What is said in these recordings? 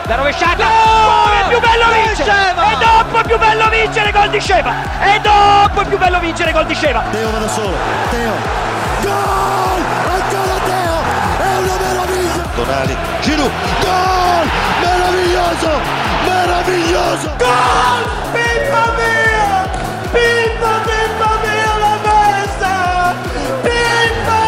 La rovesciata, è più bello vincere! E dopo è più bello vincere gol di Sheva! E dopo è più bello vincere gol di Sheva! Teo va da solo, Teo! Gol! Ancora Teo! È una meraviglia! Tonali, Giroud, gol! Meraviglioso! Meraviglioso! Gol! Pippa mia! Pippa, Pippa mia la testa! Pippa!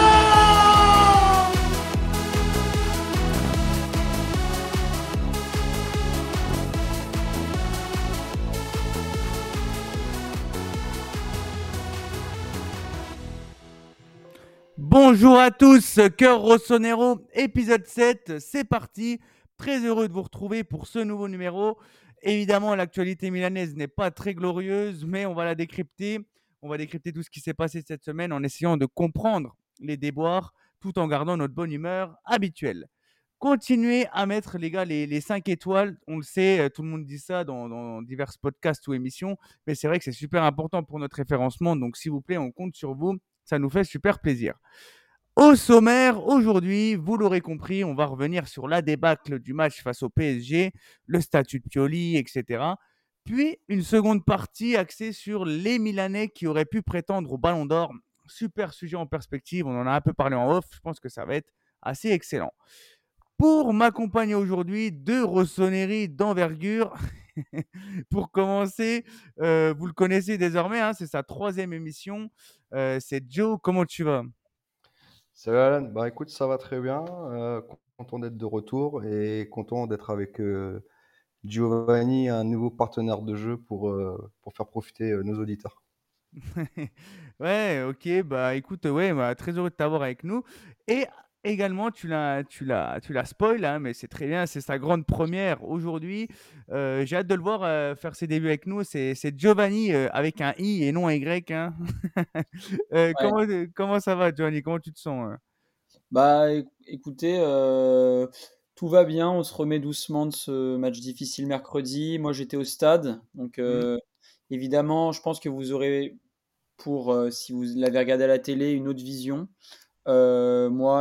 Bonjour à tous, Cœur Rossonero, épisode 7, c'est parti. Très heureux de vous retrouver pour ce nouveau numéro. Évidemment, l'actualité milanaise n'est pas très glorieuse, mais on va la décrypter. On va décrypter tout ce qui s'est passé cette semaine en essayant de comprendre les déboires tout en gardant notre bonne humeur habituelle. Continuez à mettre, les gars, les 5 étoiles. On le sait, tout le monde dit ça dans divers podcasts ou émissions, mais c'est vrai que c'est super important pour notre référencement. Donc, s'il vous plaît, on compte sur vous. Ça nous fait super plaisir. Au sommaire, aujourd'hui, vous l'aurez compris, on va revenir sur la débâcle du match face au PSG, le statut de Pioli, etc. Puis, une seconde partie axée sur les Milanais qui auraient pu prétendre au Ballon d'Or. Super sujet en perspective, on en a un peu parlé en off, je pense que ça va être assez excellent. Pour m'accompagner aujourd'hui, deux rossonneries d'envergure. Pour commencer, vous le connaissez désormais, hein, c'est sa 3e émission. C'est Joe, comment tu vas? Salut Alan, bah écoute, ça va très bien. Content d'être de retour et content d'être avec Giovanni, un nouveau partenaire de jeu pour faire profiter nos auditeurs. Ouais, ok, bah écoute, ouais, bah, très heureux de t'avoir avec nous. Et également, tu l'as spoil, hein, mais c'est très bien, c'est sa grande première aujourd'hui. J'ai hâte de le voir faire ses débuts avec nous. C'est Giovanni avec un I et non un Y, hein. Ouais. Comment ça va, Giovanni? Comment tu te sens? Bah écoutez, tout va bien, on se remet doucement de ce match difficile mercredi. Moi j'étais au stade, donc Hmm. évidemment je pense que vous aurez, si vous l'avez regardé à la télé, une autre vision. Moi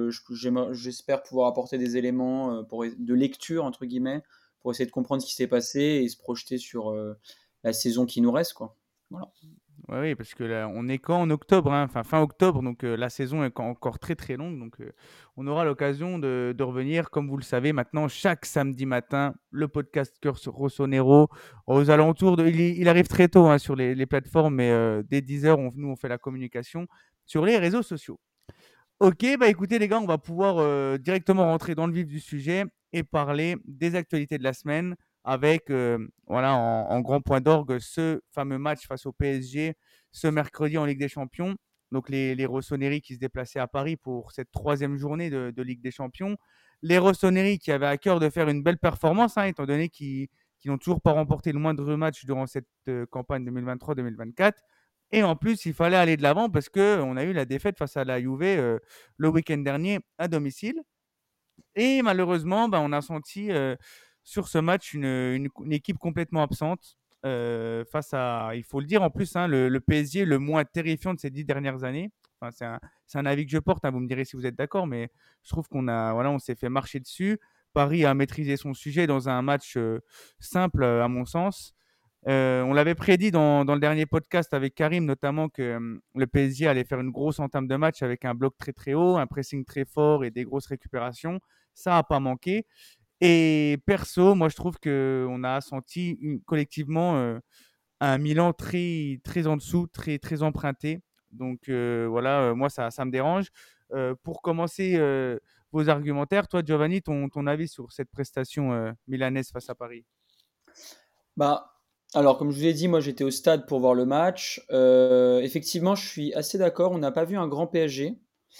j'espère pouvoir apporter des éléments de lecture, entre guillemets, pour essayer de comprendre ce qui s'est passé et se projeter sur la saison qui nous reste, quoi. Voilà. Ouais, oui, parce que là, on est quand en octobre, hein, enfin fin octobre, donc la saison est encore très très longue, donc on aura l'occasion de revenir, comme vous le savez maintenant, chaque samedi matin, le podcast Cœur Rossonero, aux alentours de, il arrive très tôt hein, sur les plateformes, mais dès 10h, nous on fait la communication sur les réseaux sociaux. Ok, bah écoutez les gars, on va pouvoir directement rentrer dans le vif du sujet et parler des actualités de la semaine avec, voilà, en grand point d'orgue, ce fameux match face au PSG ce mercredi en Ligue des Champions. Donc les Rossoneri qui se déplaçaient à Paris pour cette 3e journée de Ligue des Champions. Les Rossoneri qui avaient à cœur de faire une belle performance, hein, étant donné qu'ils n'ont toujours pas remporté le moindre match durant cette campagne 2023-2024. Et en plus, il fallait aller de l'avant parce qu'on a eu la défaite face à la Juve le week-end dernier à domicile. Et malheureusement, on a senti sur ce match une équipe complètement absente face à, il faut le dire en plus, hein, le PSG le moins terrifiant de ces 10 dernières années. Enfin, c'est un avis que je porte, hein, vous me direz si vous êtes d'accord, mais je trouve on s'est fait marcher dessus. Paris a maîtrisé son sujet dans un match simple, à mon sens. On l'avait prédit dans le dernier podcast avec Karim, notamment que le PSG allait faire une grosse entame de match avec un bloc très très haut, un pressing très fort et des grosses récupérations. Ça n'a pas manqué. Et perso, moi je trouve qu'on a senti collectivement un Milan très, très en dessous, très, très emprunté. Donc voilà, moi ça me dérange. Pour commencer vos argumentaires, toi Giovanni, ton avis sur cette prestation milanaise face à Paris? Bah, alors, comme je vous l'ai dit, moi j'étais au stade pour voir le match. Effectivement, je suis assez d'accord. On n'a pas vu un grand PSG,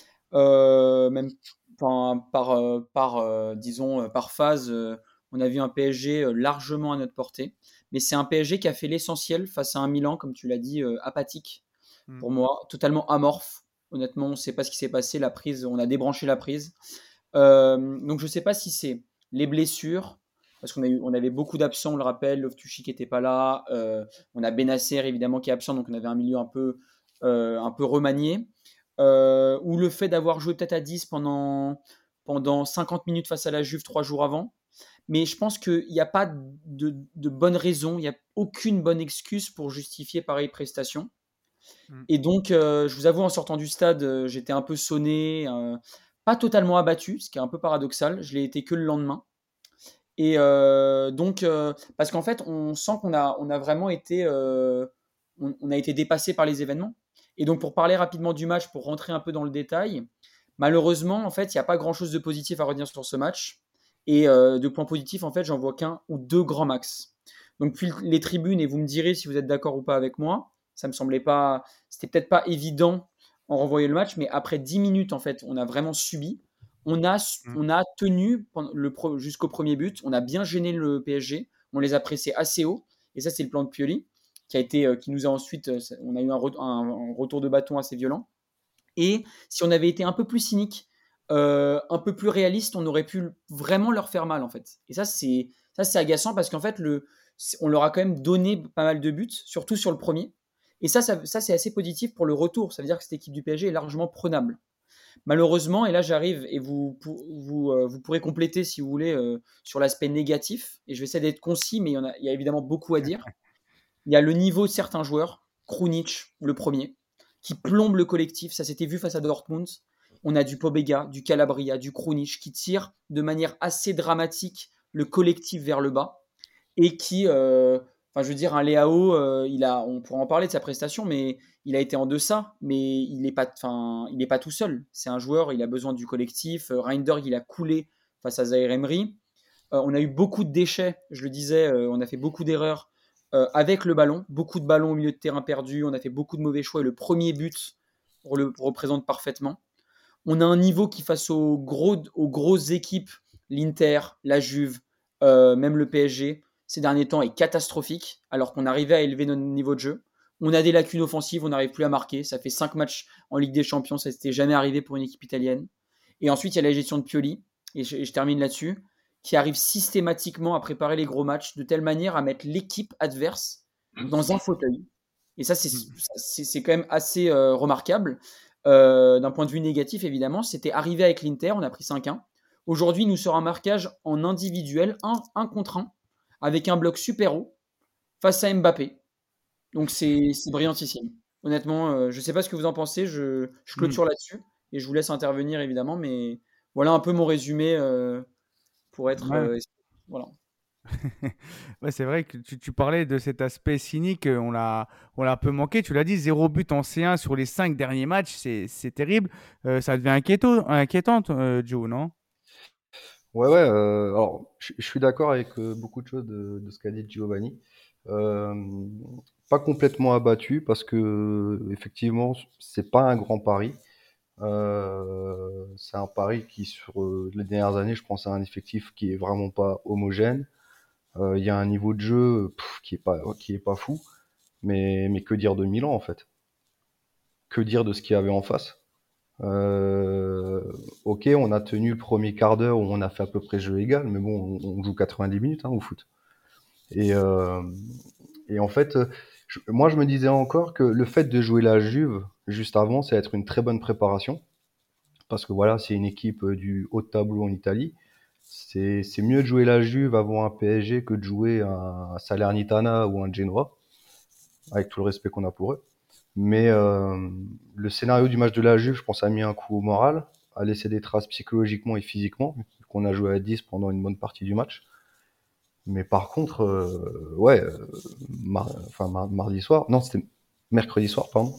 même enfin, disons, par phase. On a vu un PSG largement à notre portée. Mais c'est un PSG qui a fait l'essentiel face à un Milan, comme tu l'as dit, apathique Hmm. pour moi, totalement amorphe. Honnêtement, on ne sait pas ce qui s'est passé. La prise, on a débranché la prise. Donc je ne sais pas si c'est les blessures, parce on avait beaucoup d'absents, on le rappelle, Loftus-Cheek n'était pas là, on a Benasser évidemment qui est absent, donc on avait un milieu un peu remanié, ou le fait d'avoir joué peut-être à 10 pendant 50 minutes face à la Juve 3 jours avant. mais je pense qu'il n'y a pas de bonne raison, il n'y a aucune bonne excuse pour justifier pareille prestation. Et donc, je vous avoue, en sortant du stade, j'étais un peu sonné, pas totalement abattu, ce qui est un peu paradoxal. Je l'ai été que le lendemain. Et donc, parce qu'en fait, on sent qu'on a vraiment été, on a été dépassé par les événements. Et donc, pour parler rapidement du match, pour rentrer un peu dans le détail, malheureusement, en fait, il n'y a pas grand-chose de positif à retenir sur ce match. Et de points positifs, en fait, j'en vois qu'un ou deux grands max. Donc, puis les tribunes, et vous me direz si vous êtes d'accord ou pas avec moi, ça me semblait pas, c'était peut-être pas évident en revoyant le match, mais après 10 minutes, en fait, on a vraiment subi. On a tenu jusqu'au premier but, on a bien gêné le PSG, on les a pressés assez haut, et ça, c'est le plan de Pioli, qui nous a ensuite, on a eu un retour de bâton assez violent. Et si on avait été un peu plus cynique, un peu plus réaliste, on aurait pu vraiment leur faire mal, en fait. Et ça, c'est agaçant parce qu'en fait, on leur a quand même donné pas mal de buts, surtout sur le premier. Et ça c'est assez positif pour le retour. Ça veut dire que cette équipe du PSG est largement prenable. Malheureusement, et là j'arrive, et vous pourrez compléter si vous voulez sur l'aspect négatif, et je vais essayer d'être concis, mais il y a évidemment beaucoup à dire. Il y a le niveau de certains joueurs, Krunic, le premier, qui plombe le collectif. Ça s'était vu face à Dortmund. On a du Pobega, du Calabria, du Krunic qui tire de manière assez dramatique le collectif vers le bas et qui, je veux dire, un Leao, on pourra en parler de sa prestation, mais il a été en deçà, mais il n'est pas tout seul. C'est un joueur, il a besoin du collectif. Reinders, il a coulé face à Zaïre Emery. On a eu beaucoup de déchets, je le disais, on a fait beaucoup d'erreurs avec le ballon, beaucoup de ballons au milieu de terrain perdus, on a fait beaucoup de mauvais choix et le premier but le représente parfaitement. On a un niveau qui, face aux grosses équipes, l'Inter, la Juve, même le PSG, ces derniers temps est catastrophique, alors qu'on arrivait à élever notre niveau de jeu. On a des lacunes offensives, on n'arrive plus à marquer. Ça fait 5 matchs en Ligue des Champions, ça n'était jamais arrivé pour une équipe italienne. Et ensuite, il y a la gestion de Pioli, et je termine là-dessus, qui arrive systématiquement à préparer les gros matchs de telle manière à mettre l'équipe adverse dans un fauteuil. Et ça, c'est quand même assez remarquable. D'un point de vue négatif, évidemment, c'était arrivé avec l'Inter, on a pris 5-1. Aujourd'hui, nous sort un marquage en individuel, 1 contre 1, avec un bloc super haut, face à Mbappé. Donc c'est brillantissime. Honnêtement, je ne sais pas ce que vous en pensez, je clôture là-dessus, et je vous laisse intervenir, évidemment, mais voilà un peu mon résumé pour être... Ouais. voilà. Ouais, c'est vrai que tu parlais de cet aspect cynique, on l'a un peu manqué. Tu l'as dit, 0 but en C1 sur les 5 derniers matchs, c'est terrible. Ça devient inquiétant, Joe, non? Ouais, alors, je suis d'accord avec beaucoup de choses de ce qu'a dit Giovanni. Euh, Pas complètement abattu parce que, effectivement, c'est pas un grand pari. C'est un pari qui, sur les dernières années, je pense à un effectif qui est vraiment pas homogène. Il y a un niveau de jeu qui est pas fou. Mais que dire de Milan, en fait? Que dire de ce qu'il y avait en face? Ok, on a tenu le premier quart d'heure où on a fait à peu près jeu égal, mais bon, on joue 90 minutes au foot. Et, euh, et en fait, moi je me disais encore que le fait de jouer la Juve juste avant, c'est être une très bonne préparation, parce que voilà, c'est une équipe du haut de tableau en Italie. C'est mieux de jouer la Juve avant un PSG que de jouer un Salernitana ou un Genoa, avec tout le respect qu'on a pour eux. Mais le scénario du match de la Juve, je pense, a mis un coup au moral, a laissé des traces psychologiquement et physiquement, vu qu'on a joué à 10 pendant une bonne partie du match. Mais par contre, mardi soir, non, c'était mercredi soir, pardon.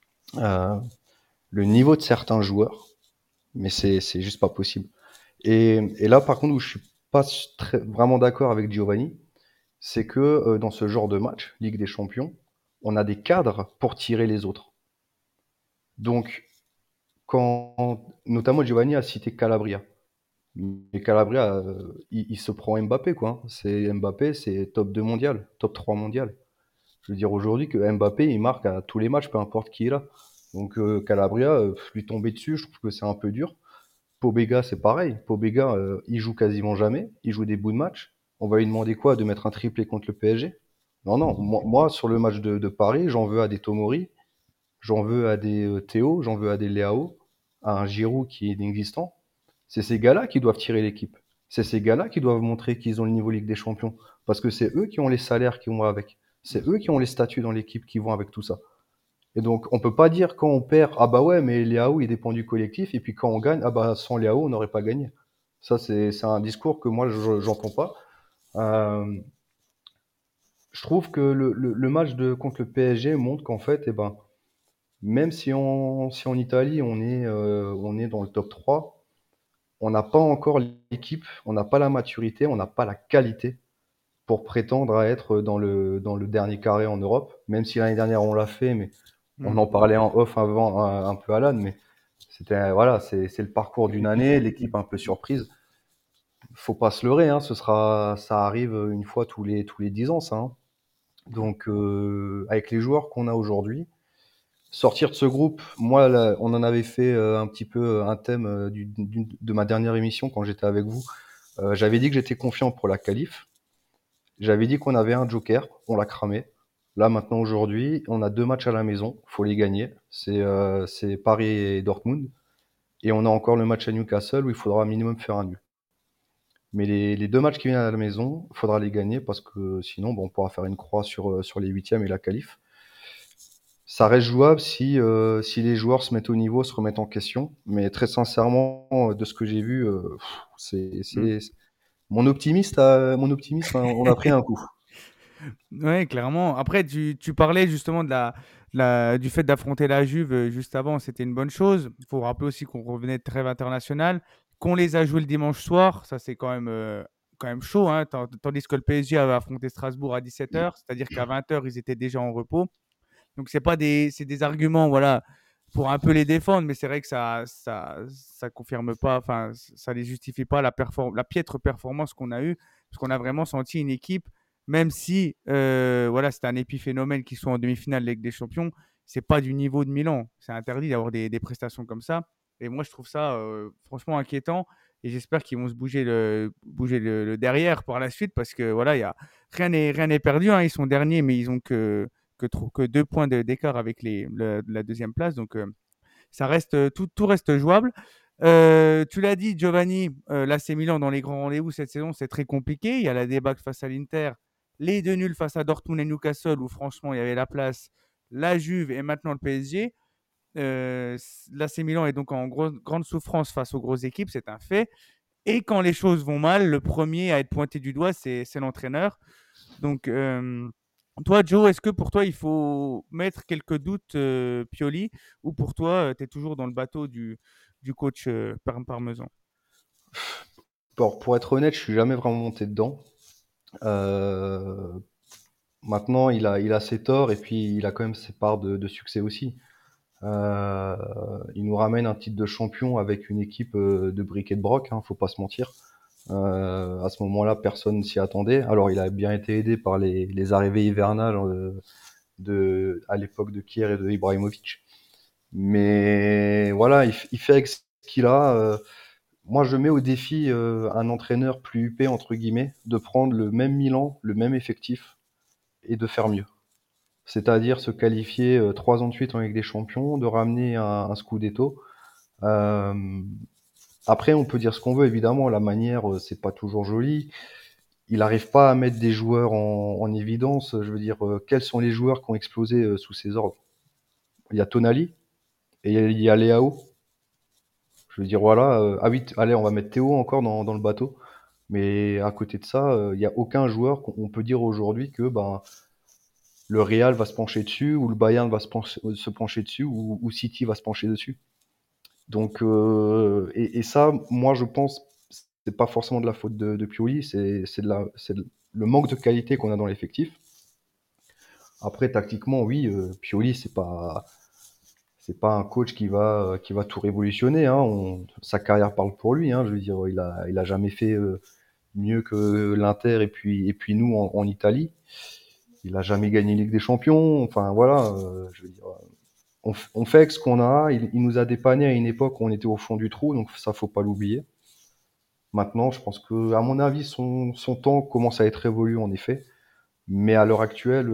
Le niveau de certains joueurs, mais c'est juste pas possible. Et là, par contre, où je suis pas vraiment d'accord avec Giovanni, c'est que dans ce genre de match, Ligue des Champions, on a des cadres pour tirer les autres. Donc, notamment Giovanni a cité Calabria. Mais Calabria, il se prend Mbappé, quoi. C'est Mbappé, c'est top 2 mondial, top 3 mondial. Je veux dire aujourd'hui que Mbappé, il marque à tous les matchs, peu importe qui est là. Donc Calabria, lui tomber dessus, je trouve que c'est un peu dur. Pobega, c'est pareil. Pobega, il joue quasiment jamais. Il joue des bouts de match. On va lui demander quoi? De mettre un triplé contre le PSG? Non, non. Moi, sur le match de Paris, j'en veux à des Tomori, j'en veux à des Théo, j'en veux à des Leao, à un Giroud qui est inexistant. C'est ces gars-là qui doivent tirer l'équipe. C'est ces gars-là qui doivent montrer qu'ils ont le niveau Ligue des Champions. Parce que c'est eux qui ont les salaires qui vont avec. C'est eux qui ont les statuts dans l'équipe qui vont avec tout ça. Et donc, on peut pas dire quand on perd, ah bah ouais, mais Léao, il dépend du collectif. Et puis quand on gagne, ah bah sans Léao, on n'aurait pas gagné. Ça, c'est un discours que moi, j'entends pas. Euh, je trouve que le match contre le PSG montre qu'en fait, eh ben, même si en Italie, on est dans le top 3, on n'a pas encore l'équipe, on n'a pas la maturité, on n'a pas la qualité pour prétendre à être dans le dernier carré en Europe. Même si l'année dernière, on l'a fait, mais on en parlait en off avant, un peu Alan, mais voilà, c'est le parcours d'une année, l'équipe un peu surprise. Faut pas se leurrer, hein, ça arrive une fois tous les 10 ans, ça, hein. Donc, avec les joueurs qu'on a aujourd'hui, sortir de ce groupe, moi, là, on en avait fait un petit peu un thème de ma dernière émission quand j'étais avec vous. J'avais dit que j'étais confiant pour la qualif. J'avais dit qu'on avait un joker, on l'a cramé. Là, maintenant, aujourd'hui, on a 2 matchs à la maison, faut les gagner. C'est Paris et Dortmund. Et on a encore le match à Newcastle où il faudra minimum faire un nul. Mais les 2 matchs qui viennent à la maison, il faudra les gagner parce que sinon, bon, on pourra faire une croix sur les huitièmes et la qualif. Ça reste jouable si les joueurs se mettent au niveau, se remettent en question. Mais très sincèrement, de ce que j'ai vu, mon optimisme, on a pris un coup. Ouais, clairement. Après, tu parlais justement du fait d'affronter la Juve juste avant, c'était une bonne chose. Il faut rappeler aussi qu'on revenait de trêve internationale, qu'on les a joués le dimanche soir. Ça, c'est quand même chaud, hein. Tandis que le PSG avait affronté Strasbourg à 17h, c'est-à-dire qu'à 20h, ils étaient déjà en repos. Donc, c'est des arguments, voilà, pour un peu les défendre, mais c'est vrai que ça confirme pas, enfin, ça les justifie pas la piètre performance qu'on a eue, parce qu'on a vraiment senti une équipe, même si, voilà, c'était un épiphénomène qui soit en demi-finale de Ligue des Champions, c'est pas du niveau de Milan. C'est interdit d'avoir des prestations comme ça. Et moi, je trouve ça franchement inquiétant. Et j'espère qu'ils vont se bouger le derrière par la suite, parce que voilà, rien n'est perdu, hein. Ils sont derniers, mais ils ont que 2 points d'écart avec la deuxième place. Donc, ça reste, tout reste jouable. Tu l'as dit, Giovanni, l'AC Milan dans les grands rendez-vous cette saison, c'est très compliqué. Il y a la débâcle face à l'Inter, les 2 nuls face à Dortmund et Newcastle, où franchement, il y avait la place, la Juve et maintenant le PSG. L'AC Milan est donc en grande souffrance face aux grosses équipes, c'est un fait. Et quand les choses vont mal, le premier à être pointé du doigt, c'est l'entraîneur. Donc, toi, Joe, est-ce que pour toi, il faut mettre quelques doutes Pioli, ou pour toi, tu es toujours dans le bateau du coach Parmesan? Pour être honnête, je suis jamais vraiment monté dedans. Euh, Maintenant, il a ses torts et puis il a quand même ses parts de succès aussi. Euh, il nous ramène un titre de champion avec une équipe de briques et de broc, hein, faut pas se mentir. À ce moment-là, personne s'y attendait. Alors, il a bien été aidé par les arrivées hivernales à l'époque de Kier et de Ibrahimovic. Mais voilà, il fait avec ce qu'il a. Moi, je mets au défi un entraîneur plus huppé, entre guillemets, de prendre le même Milan, le même effectif, et de faire mieux. C'est-à-dire se qualifier 3 ans de suite en Ligue des Champions, de ramener un Scudetto. Euh, Après, on peut dire ce qu'on veut, évidemment, la manière, c'est pas toujours joli. Il n'arrive pas à mettre des joueurs en évidence. Je veux dire, quels sont les joueurs qui ont explosé sous ses ordres? Il y a Tonali et il y a Leao. Je veux dire, voilà. Ah oui, allez, on va mettre Théo encore dans le bateau. Mais à côté de ça, il n'y a aucun joueur qu'on peut dire aujourd'hui que ben, le Real va se pencher dessus, ou le Bayern va se pencher dessus, ou City va se pencher dessus. Donc, et ça, moi, je pense, c'est pas forcément de la faute de Pioli, c'est le manque de qualité qu'on a dans l'effectif. Après, tactiquement, oui, Pioli, c'est pas un coach qui va tout révolutionner, hein. Sa carrière parle pour lui, hein. Je veux dire, il a jamais fait mieux que l'Inter et puis nous en Italie. Il a jamais gagné Ligue des Champions. Enfin, voilà, je veux dire, on fait avec ce qu'on a. Il nous a dépanné à une époque où on était au fond du trou, donc ça, faut pas l'oublier. Maintenant, je pense que, à mon avis, son temps commence à être révolu, en effet. Mais à l'heure actuelle,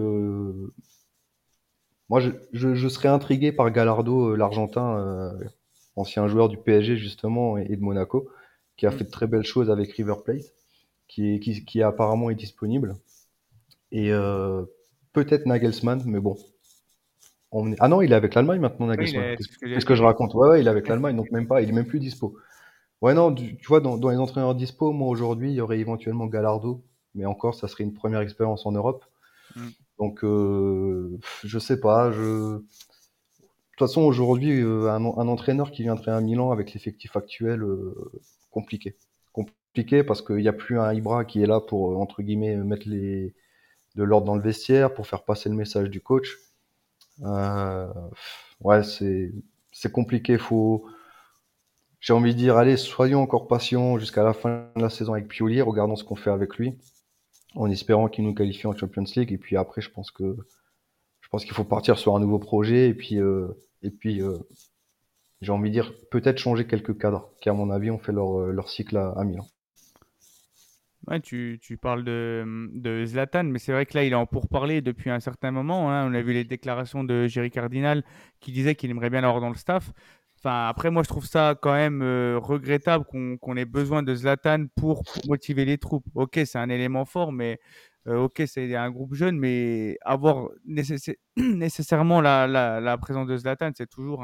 moi, je serais intrigué par Gallardo, l'Argentin, ancien joueur du PSG justement et de Monaco, qui a fait de très belles choses avec River Plate, qui apparemment est disponible. Et peut-être Nagelsmann, mais bon. Ah non, il est avec l'Allemagne maintenant, Oui, Nagelsmann. c'est ce que j'allais Qu'est-ce que je dire. raconte? Ouais, il est avec l'Allemagne, donc même pas, il est même plus dispo. Ouais, non, tu vois, dans les entraîneurs dispo, moi aujourd'hui, il y aurait éventuellement Gallardo, mais encore, ça serait une première expérience en Europe. Mm. Donc, je sais pas. De toute façon, aujourd'hui, un entraîneur qui viendrait à Milan avec l'effectif actuel, compliqué. Compliqué parce qu'il n'y a plus un Ibra qui est là pour, entre guillemets, mettre de l'ordre dans le vestiaire, pour faire passer le message du coach. Ouais, c'est compliqué. J'ai envie de dire, allez, soyons encore patients jusqu'à la fin de la saison avec Pioli, regardons ce qu'on fait avec lui, en espérant qu'il nous qualifie en Champions League. Et puis après, je pense qu'il faut partir sur un nouveau projet. Et puis j'ai envie de dire, peut-être changer quelques cadres qui, à mon avis, ont fait leur cycle à Milan. Ouais, tu parles de Zlatan, mais c'est vrai que là, il est en pourparlers depuis un certain moment, hein. On a vu les déclarations de Jerry Cardinal qui disait qu'il aimerait bien l'avoir dans le staff. Enfin, après, moi, je trouve ça quand même regrettable qu'on ait besoin de Zlatan pour motiver les troupes. Ok, c'est un élément fort, mais ok, c'est un groupe jeune, mais avoir nécessairement la présence de Zlatan, c'est toujours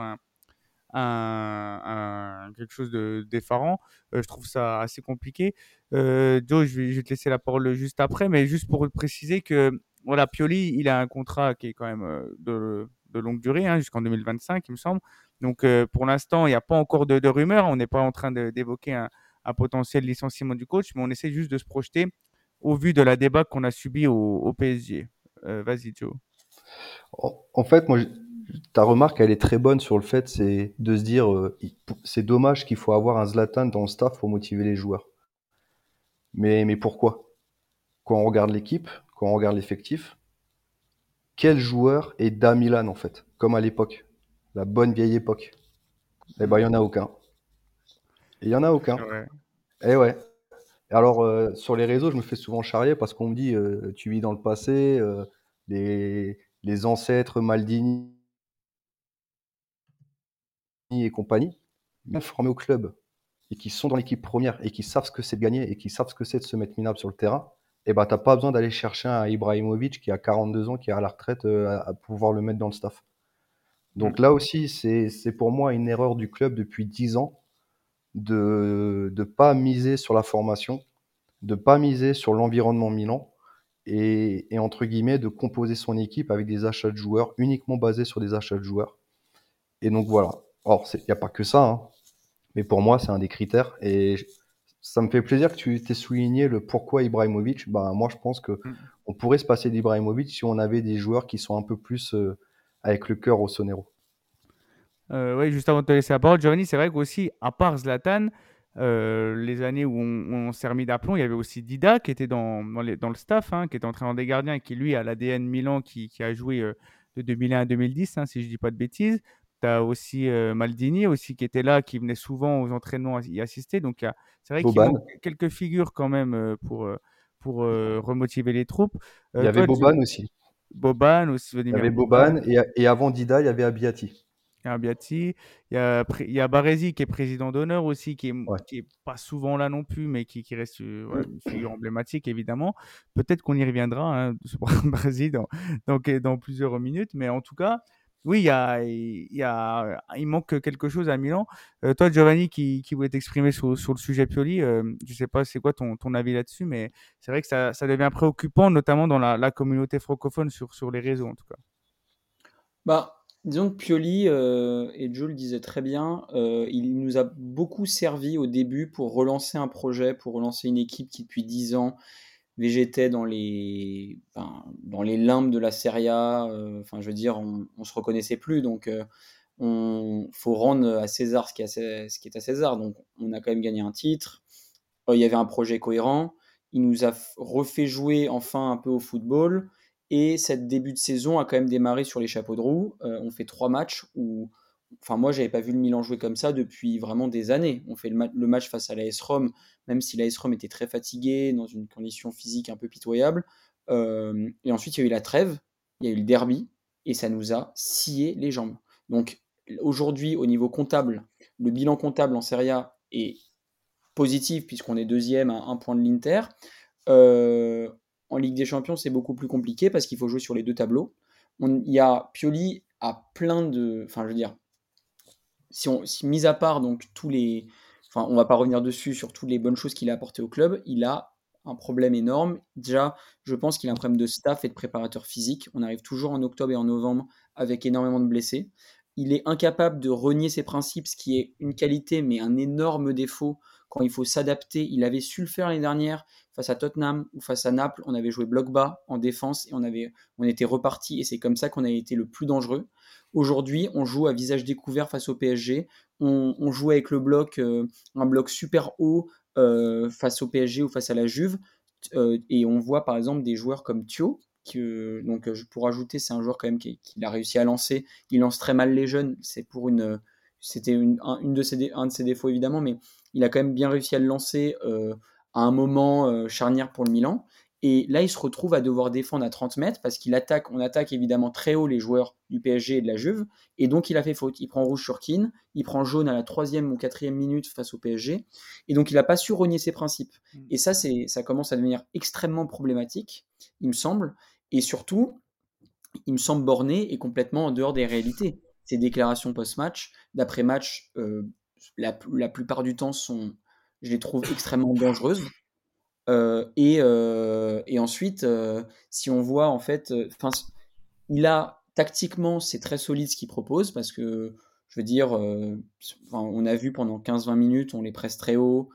quelque chose d'effarant. Je trouve ça assez compliqué. Joe, je vais te laisser la parole juste après, mais juste pour préciser que voilà, Pioli, il a un contrat qui est quand même de longue durée, hein, jusqu'en 2025, il me semble. Donc pour l'instant, il n'y a pas encore de rumeurs. On n'est pas en train d'évoquer un potentiel licenciement du coach, mais on essaie juste de se projeter au vu de la débat qu'on a subi au PSG. Vas-y, Joe. En fait, moi, ta remarque, elle est très bonne sur le fait, c'est de se dire, c'est dommage qu'il faut avoir un Zlatan dans le staff pour motiver les joueurs. Mais pourquoi? Quand on regarde l'équipe, quand on regarde l'effectif, quel joueur est d'A Milan en fait? Comme à l'époque, la bonne vieille époque. Eh ben, il y en a aucun. Et il y en a C'est aucun. vrai. Eh ouais. Alors, sur les réseaux, je me fais souvent charrier parce qu'on me dit, tu vis dans le passé, les ancêtres Maldini et compagnie, bien formés au club et qui sont dans l'équipe première et qui savent ce que c'est de gagner et qui savent ce que c'est de se mettre minable sur le terrain, eh ben, t'as pas besoin d'aller chercher un Ibrahimovic qui a 42 ans, qui est à la retraite, à pouvoir le mettre dans le staff. Mm. Donc là aussi, c'est pour moi une erreur du club depuis 10 ans de pas miser sur la formation, de pas miser sur l'environnement Milan et entre guillemets de composer son équipe avec des achats de joueurs uniquement basés sur des achats de joueurs. Et donc voilà. Or, il n'y a pas que ça, hein, mais pour moi, c'est un des critères. Et ça me fait plaisir que tu t'aies souligné le pourquoi Ibrahimovic. Bah, moi, je pense que Mm. on pourrait se passer d'Ibrahimovic si on avait des joueurs qui sont un peu plus avec le cœur au Sonero. Oui, juste avant de te laisser la parole, Giovanni, c'est vrai qu'aussi, à part Zlatan, les années où on s'est remis d'aplomb, il y avait aussi Dida qui était dans le staff, hein, qui était entraîneur des gardiens et qui, lui, a l'ADN Milan qui a joué de 2001 à 2010, hein, si je ne dis pas de bêtises. Tu as aussi Maldini aussi qui était là, qui venait souvent aux entraînements y assister. Donc, c'est vrai qu'il manque Boban. quelques figures quand même pour remotiver les troupes. Il y avait Toi, Boban aussi. Boban, aussi Il y Vladimir avait Boban. Boban et avant Dida, il y avait Abiati. Il y a un Biati, il y a Baresi qui est président d'honneur aussi, Ouais. qui est pas souvent là non plus, mais qui reste voilà, Mm. une figure emblématique évidemment. Peut-être qu'on y reviendra, hein, sur Baresi dans plusieurs minutes, mais en tout cas, oui, il manque quelque chose à Milan. Toi, Giovanni, qui voulait t'exprimer sur le sujet Pioli, je sais pas c'est quoi ton avis là-dessus, mais c'est vrai que ça devient préoccupant, notamment dans la communauté francophone sur les réseaux en tout cas. Bah, disons que Pioli, et Joe le disait très bien, il nous a beaucoup servi au début pour relancer un projet, pour relancer une équipe qui depuis 10 ans végétait dans les limbes de la Serie A. Enfin, je veux dire, on se reconnaissait plus, donc faut rendre à César ce qui est à César. Donc, on a quand même gagné un titre. Il y avait un projet cohérent. Il nous a refait jouer enfin un peu au football. Et cette début de saison a quand même démarré sur les chapeaux de roue. On fait 3 matchs où, enfin, moi, j'avais pas vu le Milan jouer comme ça depuis vraiment des années. On fait le match face à l'AS Rome, même si l'AS Rome était très fatigué, dans une condition physique un peu pitoyable. Et ensuite, il y a eu la trêve, il y a eu le derby, et ça nous a scié les jambes. Donc, aujourd'hui, au niveau comptable, le bilan comptable en Serie A est positive puisqu'on est deuxième à 1 point de l'Inter. En Ligue des Champions, c'est beaucoup plus compliqué parce qu'il faut jouer sur les 2 tableaux. Pioli a plein de... Enfin, je veux dire, si mis à part donc tous les... Enfin, on va pas revenir dessus sur toutes les bonnes choses qu'il a apportées au club, il a un problème énorme. Déjà, je pense qu'il a un problème de staff et de préparateur physique. On arrive toujours en octobre et en novembre avec énormément de blessés. Il est incapable de renier ses principes, ce qui est une qualité, mais un énorme défaut quand il faut s'adapter. Il avait su le faire l'année dernière face à Tottenham ou face à Naples. On avait joué bloc bas en défense et on était reparti et c'est comme ça qu'on a été le plus dangereux. Aujourd'hui, on joue à visage découvert face au PSG. On joue avec le bloc, un bloc super haut face au PSG ou face à la Juve. Et on voit par exemple des joueurs comme Thio, pour ajouter, c'est un joueur quand même qui a réussi à lancer. Il lance très mal les jeunes. C'était un de ses défauts évidemment, mais il a quand même bien réussi à le lancer à un moment charnière pour le Milan. Et là, il se retrouve à devoir défendre à 30 mètres parce on attaque évidemment très haut les joueurs du PSG et de la Juve. Et donc, il a fait faute. Il prend rouge sur Keane, il prend jaune à la 3e ou 4e minute face au PSG. Et donc, il n'a pas su renier ses principes. Et ça commence à devenir extrêmement problématique, il me semble. Et surtout, il me semble borné et complètement en dehors des réalités. Ses déclarations post-match, d'après-match, la plupart du temps, je les trouve extrêmement dangereuses. Et ensuite, si on voit en fait, tactiquement, c'est très solide ce qu'il propose parce que, je veux dire, on a vu pendant 15-20 minutes, on les presse très haut,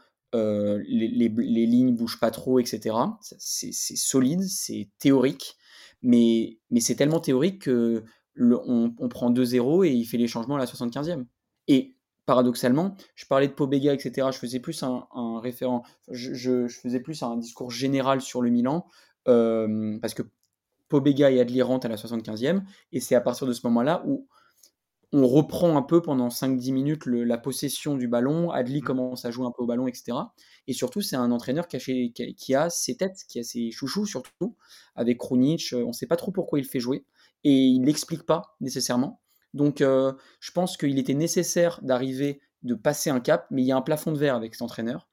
les lignes bougent pas trop, etc. C'est solide, c'est théorique, mais c'est tellement théorique que on prend 2-0 et il fait les changements à la 75e. Et paradoxalement, je parlais de Pobega, etc. Je faisais plus un référent, je faisais plus un discours général sur le Milan, parce que Pobega et Adli rentrent à la 75e, et c'est à partir de ce moment-là où on reprend un peu pendant 5-10 minutes la possession du ballon, Adli commence à jouer un peu au ballon, etc. Et surtout, c'est un entraîneur qui a ses têtes, qui a ses chouchous surtout, avec Krunic, on ne sait pas trop pourquoi il le fait jouer, et il ne l'explique pas nécessairement. Donc, je pense qu'il était nécessaire de passer un cap, mais il y a un plafond de verre avec cet entraîneur.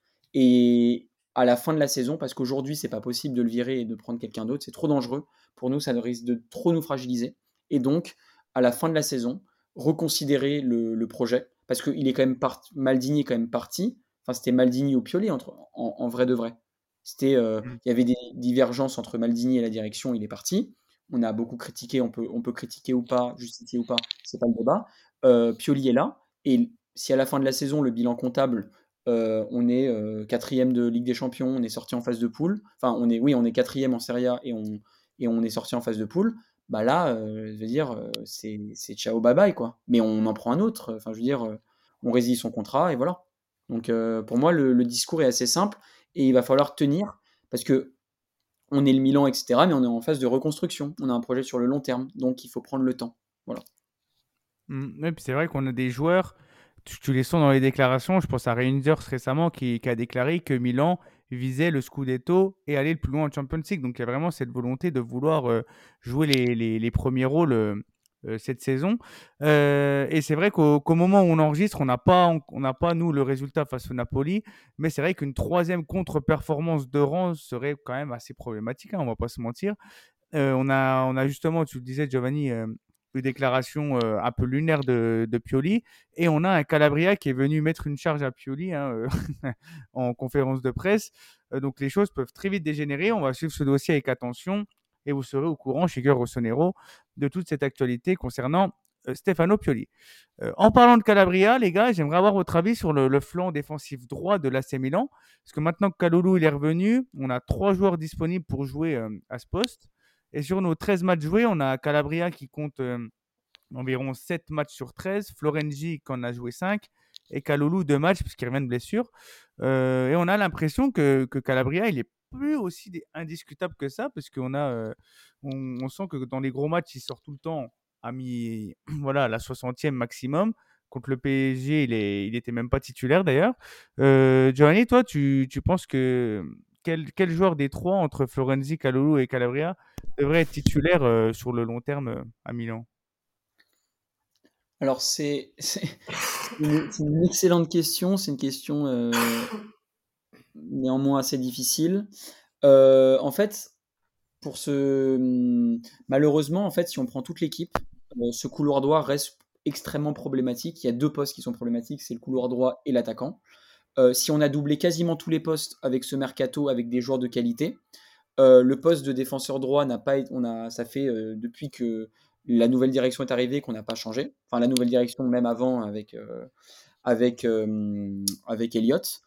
Et à la fin de la saison, parce qu'aujourd'hui, c'est pas possible de le virer et de prendre quelqu'un d'autre, c'est trop dangereux. Pour nous, ça risque de trop nous fragiliser. Et donc, à la fin de la saison, reconsidérer le projet, parce qu'il est quand même Maldini est quand même parti. Enfin, c'était Maldini ou Pioli en vrai de vrai. Il y avait des divergences entre Maldini et la direction, il est parti. On a beaucoup critiqué, on peut critiquer ou pas, justifier ou pas, c'est pas le débat. Pioli est là, et si à la fin de la saison, le bilan comptable, on est 4e de Ligue des Champions, on est sorti en phase de poule, enfin on est 4e en Serie A et on est sorti en phase de poule, bah là, je veux dire, c'est ciao bye bye quoi. Mais on en prend un autre, enfin je veux dire, on résilie son contrat et voilà. Donc pour moi, le discours est assez simple et il va falloir tenir parce que on est le Milan, etc., mais on est en phase de reconstruction. On a un projet sur le long terme, donc il faut prendre le temps. Voilà. Ouais, puis c'est vrai qu'on a des joueurs, tu les sens dans les déclarations, je pense à Rangers récemment qui a déclaré que Milan visait le Scudetto et aller le plus loin en Champions League. Donc il y a vraiment cette volonté de vouloir jouer les premiers rôles cette saison. Et c'est vrai qu'au moment où on enregistre, on n'a pas, nous, le résultat face au Napoli, mais c'est vrai qu'une 3e contre-performance de rang serait quand même assez problématique, hein, on ne va pas se mentir. On a justement, tu le disais Giovanni, une déclaration un peu lunaire de Pioli, et on a un Calabria qui est venu mettre une charge à Pioli en conférence de presse. Donc les choses peuvent très vite dégénérer. On va suivre ce dossier avec attention et vous serez au courant chez Cœur Rossonero de toute cette actualité concernant Stefano Pioli. En parlant de Calabria, les gars, j'aimerais avoir votre avis sur le flanc défensif droit de l'AC Milan, parce que maintenant que Kalulu il est revenu, on a 3 joueurs disponibles pour jouer à ce poste. Et sur nos 13 matchs joués, on a Calabria qui compte environ 7 matchs sur 13, Florenzi qui en a joué 5, et Kalulu 2 matchs puisqu'il revient de blessure. Et on a l'impression que Calabria, il est plus aussi indiscutable que ça, parce qu'on on sent que dans les gros matchs, il sort tout le temps à la 60e maximum. Contre le PSG, il était même pas titulaire d'ailleurs. Giovanni, toi, tu penses que quel joueur des 3 entre Florenzi, Kalulu et Calabria devrait être titulaire sur le long terme à Milan? Alors c'est une excellente question, c'est une question néanmoins assez difficile. En fait, malheureusement, en fait, si on prend toute l'équipe, ce couloir droit reste extrêmement problématique. Il y a 2 postes qui sont problématiques, c'est le couloir droit et l'attaquant. Si on a doublé quasiment tous les postes avec ce mercato, avec des joueurs de qualité, le poste de défenseur droit n'a pas été, ça fait depuis que la nouvelle direction est arrivée qu'on n'a pas changé. Enfin, la nouvelle direction même avant avec Elliott.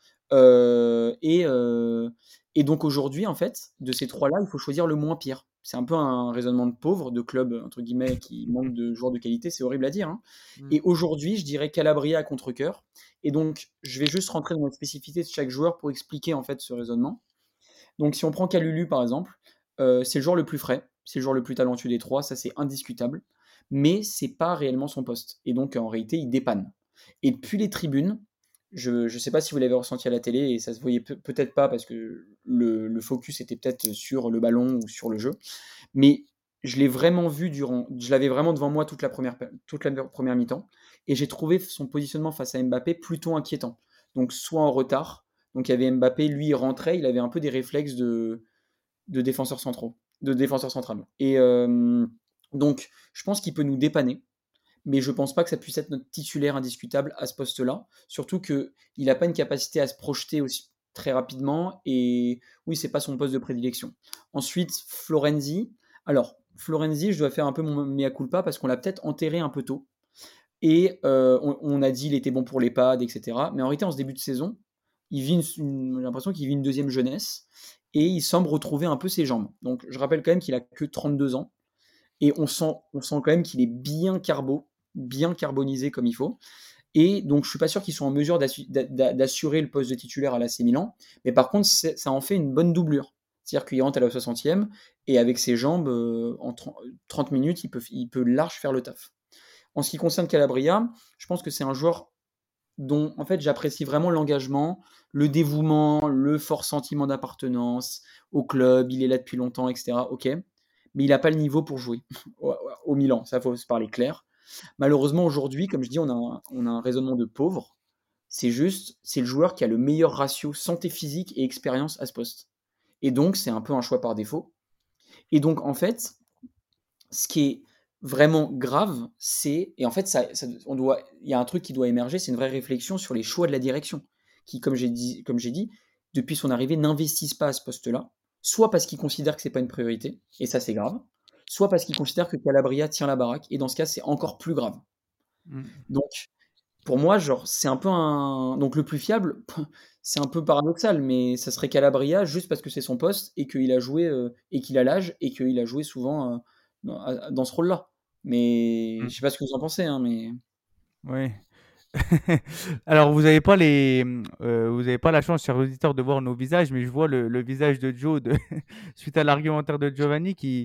Et donc aujourd'hui, en fait, de ces 3-là, il faut choisir le moins pire. C'est un peu un raisonnement de pauvre, de club, entre guillemets, qui manque de joueurs de qualité, c'est horrible à dire. Hein. Et aujourd'hui, je dirais Calabria à contre-cœur. Et donc, je vais juste rentrer dans la spécificité de chaque joueur pour expliquer en fait ce raisonnement. Donc, si on prend Kalulu par exemple, c'est le joueur le plus frais, c'est le joueur le plus talentueux des 3, ça c'est indiscutable. Mais c'est pas réellement son poste. Et donc, en réalité, il dépanne. Et depuis les tribunes, je ne sais pas si vous l'avez ressenti à la télé, et ça se voyait peut-être pas parce que le focus était peut-être sur le ballon ou sur le jeu, mais je l'ai vraiment vu je l'avais vraiment devant moi toute la première mi-temps, et j'ai trouvé son positionnement face à Mbappé plutôt inquiétant. Donc soit en retard, donc il y avait Mbappé, lui il rentrait, il avait un peu des réflexes de défenseur central. Et donc je pense qu'il peut nous dépanner, mais je pense pas que ça puisse être notre titulaire indiscutable à ce poste-là. Surtout qu'il n'a pas une capacité à se projeter aussi très rapidement, et oui, c'est pas son poste de prédilection. Ensuite, Florenzi. Alors, Florenzi, je dois faire un peu mon mea culpa parce qu'on l'a peut-être enterré un peu tôt. Et on a dit qu'il était bon pour les pads, etc. Mais en réalité, en ce début de saison, j'ai l'impression qu'il vit une deuxième jeunesse et il semble retrouver un peu ses jambes. Donc, je rappelle quand même qu'il a que 32 ans et on sent quand même qu'il est bien carbonisé comme il faut. Et donc, je suis pas sûr qu'ils soient en mesure d'assurer le poste de titulaire à l'AC Milan. Mais par contre, ça en fait une bonne doublure. C'est-à-dire qu'il rentre à la 60e et avec ses jambes, en 30 minutes, il peut large faire le taf. En ce qui concerne Calabria, je pense que c'est un joueur dont, en fait, j'apprécie vraiment l'engagement, le dévouement, le fort sentiment d'appartenance au club. Il est là depuis longtemps, etc. Ok, mais il n'a pas le niveau pour jouer au Milan. Ça, faut se parler clair. Malheureusement, aujourd'hui, comme je dis, on a un raisonnement de pauvre. C'est le joueur qui a le meilleur ratio santé physique et expérience à ce poste. Et donc, c'est un peu un choix par défaut. Et donc, en fait, ce qui est vraiment grave, et en fait, il y a un truc qui doit émerger, c'est une vraie réflexion sur les choix de la direction, qui, comme j'ai dit, depuis son arrivée, n'investissent pas à ce poste-là, soit parce qu'ils considèrent que c'est pas une priorité, et ça c'est grave, soit parce qu'ils considèrent que Calabria tient la baraque, et dans ce cas, c'est encore plus grave. Donc, pour moi, genre, c'est un peu donc le plus fiable, c'est un peu paradoxal, mais ça serait Calabria juste parce que c'est son poste et qu'il a joué, et qu'il a l'âge et qu'il a joué souvent dans ce rôle-là. Mais je sais pas ce que vous en pensez, hein, mais. Oui. Alors, vous n'avez pas la chance, chers auditeurs, de voir nos visages, mais je vois le visage de Joe suite à l'argumentaire de Giovanni qui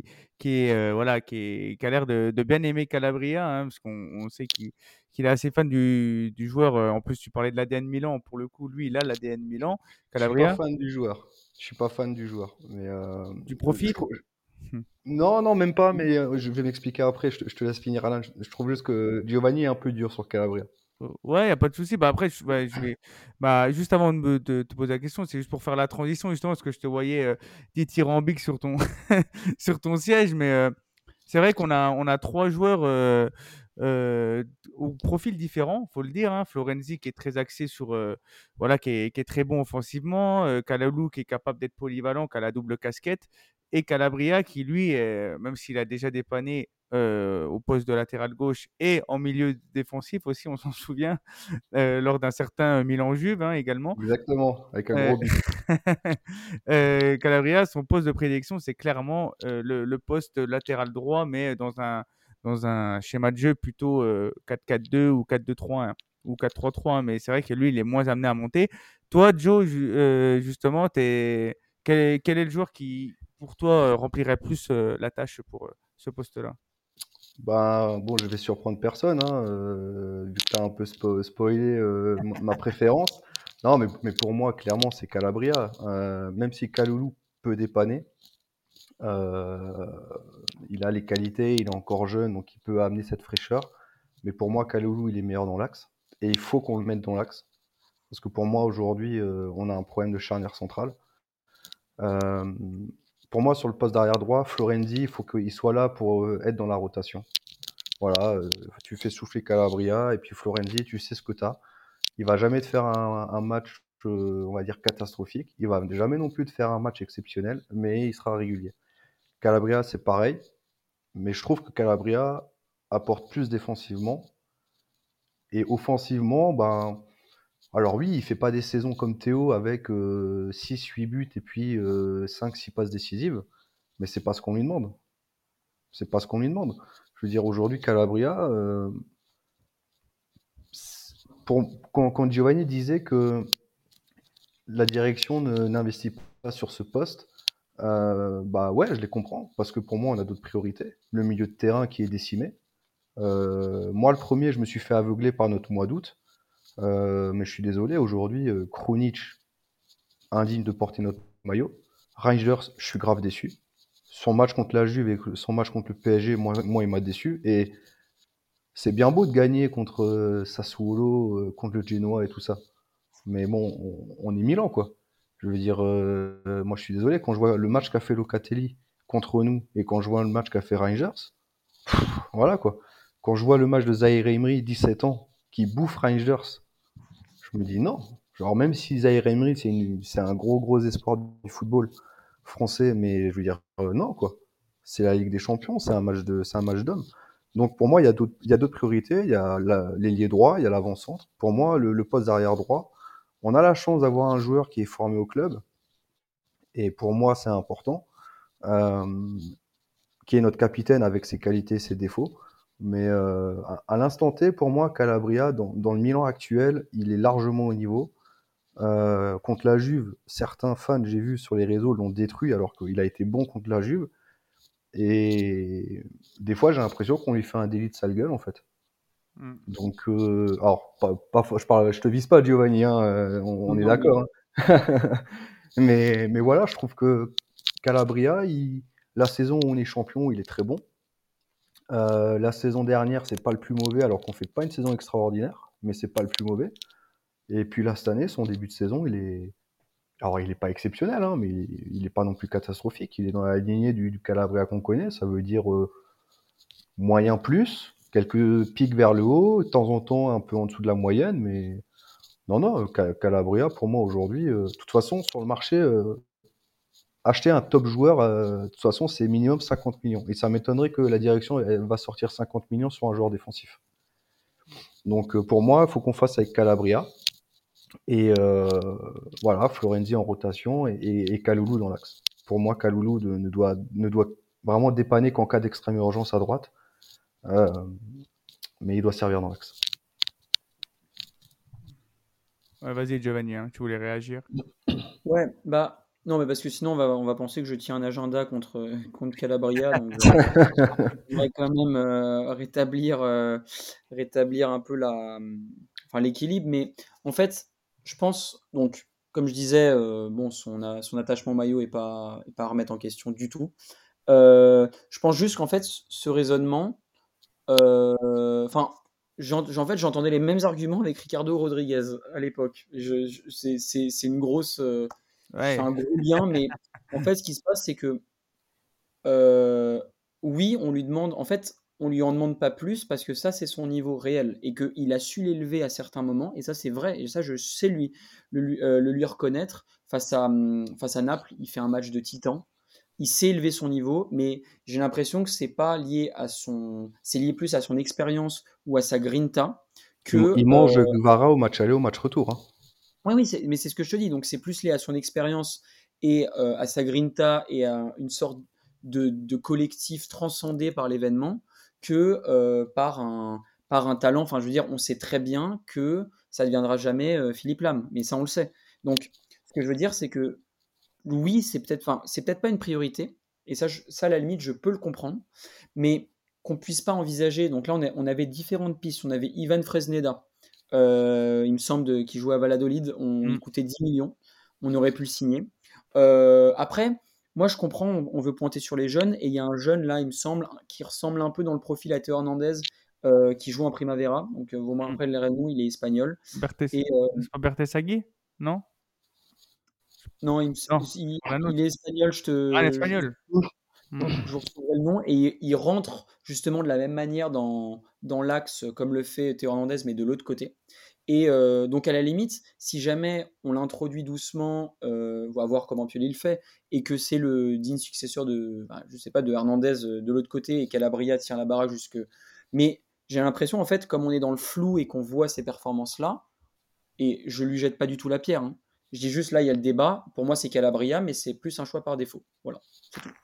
a l'air de bien aimer Calabria, hein, parce qu'on sait qu'il est assez fan du joueur. En plus, tu parlais de l'ADN Milan. Pour le coup, lui, il a l'ADN Milan. Je suis pas Calabria, fan du joueur. Je suis pas fan du joueur. Mais du profil. non, même pas. Mais je vais m'expliquer après. Je te laisse finir, Alain. Je trouve juste que Giovanni est un peu dur sur Calabria. Ouais, y a pas de souci. Bah après, je vais, juste avant de te poser la question, c'est juste pour faire la transition justement, parce que je te voyais dithyrambique sur ton sur ton siège, mais c'est vrai on a 3 joueurs au profil différent, faut le dire. Hein. Florenzi qui est très axé sur qui est très bon offensivement, Kalulu qui est capable d'être polyvalent, qui a la double casquette, et Calabria qui lui, même s'il a déjà dépanné au poste de latéral gauche et en milieu défensif aussi, on s'en souvient, lors d'un certain Milan-Juve également. Exactement, avec un gros but. Calabria, son poste de prédilection, c'est clairement le poste latéral droit, mais dans un schéma de jeu plutôt 4-4-2 ou 4-2-3-1 ou 4-3-3. Mais c'est vrai que lui, il est moins amené à monter. Toi, Joe, justement, quel est le joueur qui, pour toi, remplirait plus la tâche pour ce poste-là? Bah, bon, je vais surprendre personne, hein, vu que tu as un peu spoilé ma préférence. Non, mais pour moi, clairement, c'est Calabria. Même si Kalulu peut dépanner, il a les qualités, il est encore jeune, donc il peut amener cette fraîcheur. Mais pour moi, Kalulu, il est meilleur dans l'axe. Et il faut qu'on le mette dans l'axe. Parce que pour moi, aujourd'hui, on a un problème de charnière centrale. Euh, pour moi, sur le poste d'arrière droit, Florenzi, il faut qu'il soit là pour être dans la rotation. Voilà, tu fais souffler Calabria et puis Florenzi, tu sais ce que tu as. Il va jamais te faire un match, on va dire, catastrophique. Il va jamais non plus te faire un match exceptionnel, mais il sera régulier. Calabria, c'est pareil, mais je trouve que Calabria apporte plus défensivement. Et offensivement, ben, alors oui, il fait pas des saisons comme Théo avec 6-8 buts et puis 5-6 passes décisives, mais c'est pas ce qu'on lui demande. C'est pas ce qu'on lui demande. Je veux dire, aujourd'hui, Calabria, quand Giovanni disait que la direction n'investit pas sur ce poste, bah ouais, je les comprends, parce que pour moi, on a d'autres priorités. Le milieu de terrain qui est décimé. Moi, le premier, je me suis fait aveugler par notre mois d'août, mais je suis désolé, aujourd'hui, Krunic, indigne de porter notre maillot. Rangers, je suis grave déçu. Son match contre la Juve et son match contre le PSG, moi il m'a déçu. Et c'est bien beau de gagner contre Sassuolo, contre le Genoa et tout ça. Mais bon, on est Milan, quoi. Je veux dire, moi je suis désolé, quand je vois le match qu'a fait Locatelli contre nous et quand je vois le match qu'a fait Rangers, voilà quoi. Quand je vois le match de Zaïre Emery, 17 ans, qui bouffe Rangers, je me dis non. Genre, même si Zaïre Emery, c'est un gros espoir du football français, mais je veux dire, non, quoi. C'est la Ligue des Champions, c'est un match d'hommes. Donc, pour moi, il y a d'autres priorités. Il y a l'ailier droit, il y a l'avant-centre. Pour moi, le poste d'arrière droit, on a la chance d'avoir un joueur qui est formé au club, et pour moi, c'est important, euh, qui est notre capitaine avec ses qualités, ses défauts. Mais à l'instant T, pour moi, Calabria, dans le Milan actuel, il est largement au niveau. Contre la Juve, certains fans, j'ai vu sur les réseaux, l'ont détruit alors qu'il a été bon contre la Juve. Et des fois, j'ai l'impression qu'on lui fait un délit de sale gueule, en fait. Donc, alors, je te vise pas, Giovanni, hein, on est d'accord. Hein. mais voilà, je trouve que Calabria, la saison où on est champion, il est très bon. La saison dernière, c'est pas le plus mauvais, alors qu'on fait pas une saison extraordinaire, mais c'est pas le plus mauvais. Et puis là, cette année, son début de saison, alors, il n'est pas exceptionnel, hein, mais il n'est pas non plus catastrophique. Il est dans la lignée du Calabria qu'on connaît. Ça veut dire moyen plus, quelques pics vers le haut, de temps en temps un peu en dessous de la moyenne. Mais non, Calabria, pour moi, aujourd'hui, de toute façon, sur le marché, acheter un top joueur, de toute façon, c'est minimum 50 millions. Et ça m'étonnerait que la direction elle va sortir 50 millions sur un joueur défensif. Donc, pour moi, il faut qu'on fasse avec Calabria. Et voilà, Florenzi en rotation et Kaloulou dans l'axe. Pour moi, Kaloulou ne doit vraiment dépanner qu'en cas d'extrême urgence à droite. Mais il doit servir dans l'axe. Ouais, vas-y, Giovanni, hein, tu voulais réagir? Ouais, bah non, mais parce que sinon on va penser que je tiens un agenda contre Calabria, donc j'aimerais quand même rétablir un peu enfin l'équilibre. Mais en fait, je pense donc, comme je disais, bon, son attachement au maillot est pas à remettre en question du tout. Je pense juste qu'en fait, ce raisonnement, enfin, en fait, j'entendais les mêmes arguments avec Ricardo Rodriguez à l'époque. C'est une grosse, je fais Ouais. un gros lien, mais en fait, ce qui se passe, c'est que euh, oui, on lui demande, en fait, on lui en demande pas plus parce que ça, c'est son niveau réel et qu'il a su l'élever à certains moments. Et ça, c'est vrai. Et ça, je sais le lui reconnaître face à Naples. Il fait un match de titan. Il sait élever son niveau, mais j'ai l'impression que c'est pas lié c'est lié plus à son expérience ou à sa grinta que. Il mange Guevara au match aller, au match retour. Hein. Oui, mais c'est ce que je te dis. Donc, c'est plus lié à son expérience et à sa grinta et à une sorte de collectif transcendé par l'événement que par un talent. Enfin, je veux dire, on sait très bien que ça ne deviendra jamais Philippe Lam, mais ça, on le sait. Donc, ce que je veux dire, c'est que oui, c'est peut-être pas une priorité, et ça, à la limite, je peux le comprendre, mais qu'on puisse pas envisager. Donc là, on avait différentes pistes. On avait Ivan Fresneda, il me semble, qui jouait à Valladolid. Il coûtait 10 millions. On aurait pu le signer. Après, moi, je comprends, on veut pointer sur les jeunes, et il y a un jeune là, il me semble, qui ressemble un peu dans le profil à Théo Hernandez, qui joue en Primavera. Donc, vous me rappelez le nom, il est espagnol. Bertes... Et C'est pas Bertesagui? Non? non, Non, un autre. il est espagnol. Ah, l'espagnol. Je retrouverai le nom. Et il rentre justement de la même manière dans l'axe, comme le fait Théo Hernandez, mais de l'autre côté. Et donc, à la limite, si jamais on l'introduit doucement, on va voir comment Pioli le fait, et que c'est le digne successeur je sais pas, de Hernandez de l'autre côté, et qu'Alabria tient la baraque jusque. Mais j'ai l'impression, en fait, comme on est dans le flou et qu'on voit ces performances-là, et je lui jette pas du tout la pierre, hein. Je dis juste là, il y a le débat. Pour moi, c'est Calabria, mais c'est plus un choix par défaut. Voilà, c'est tout.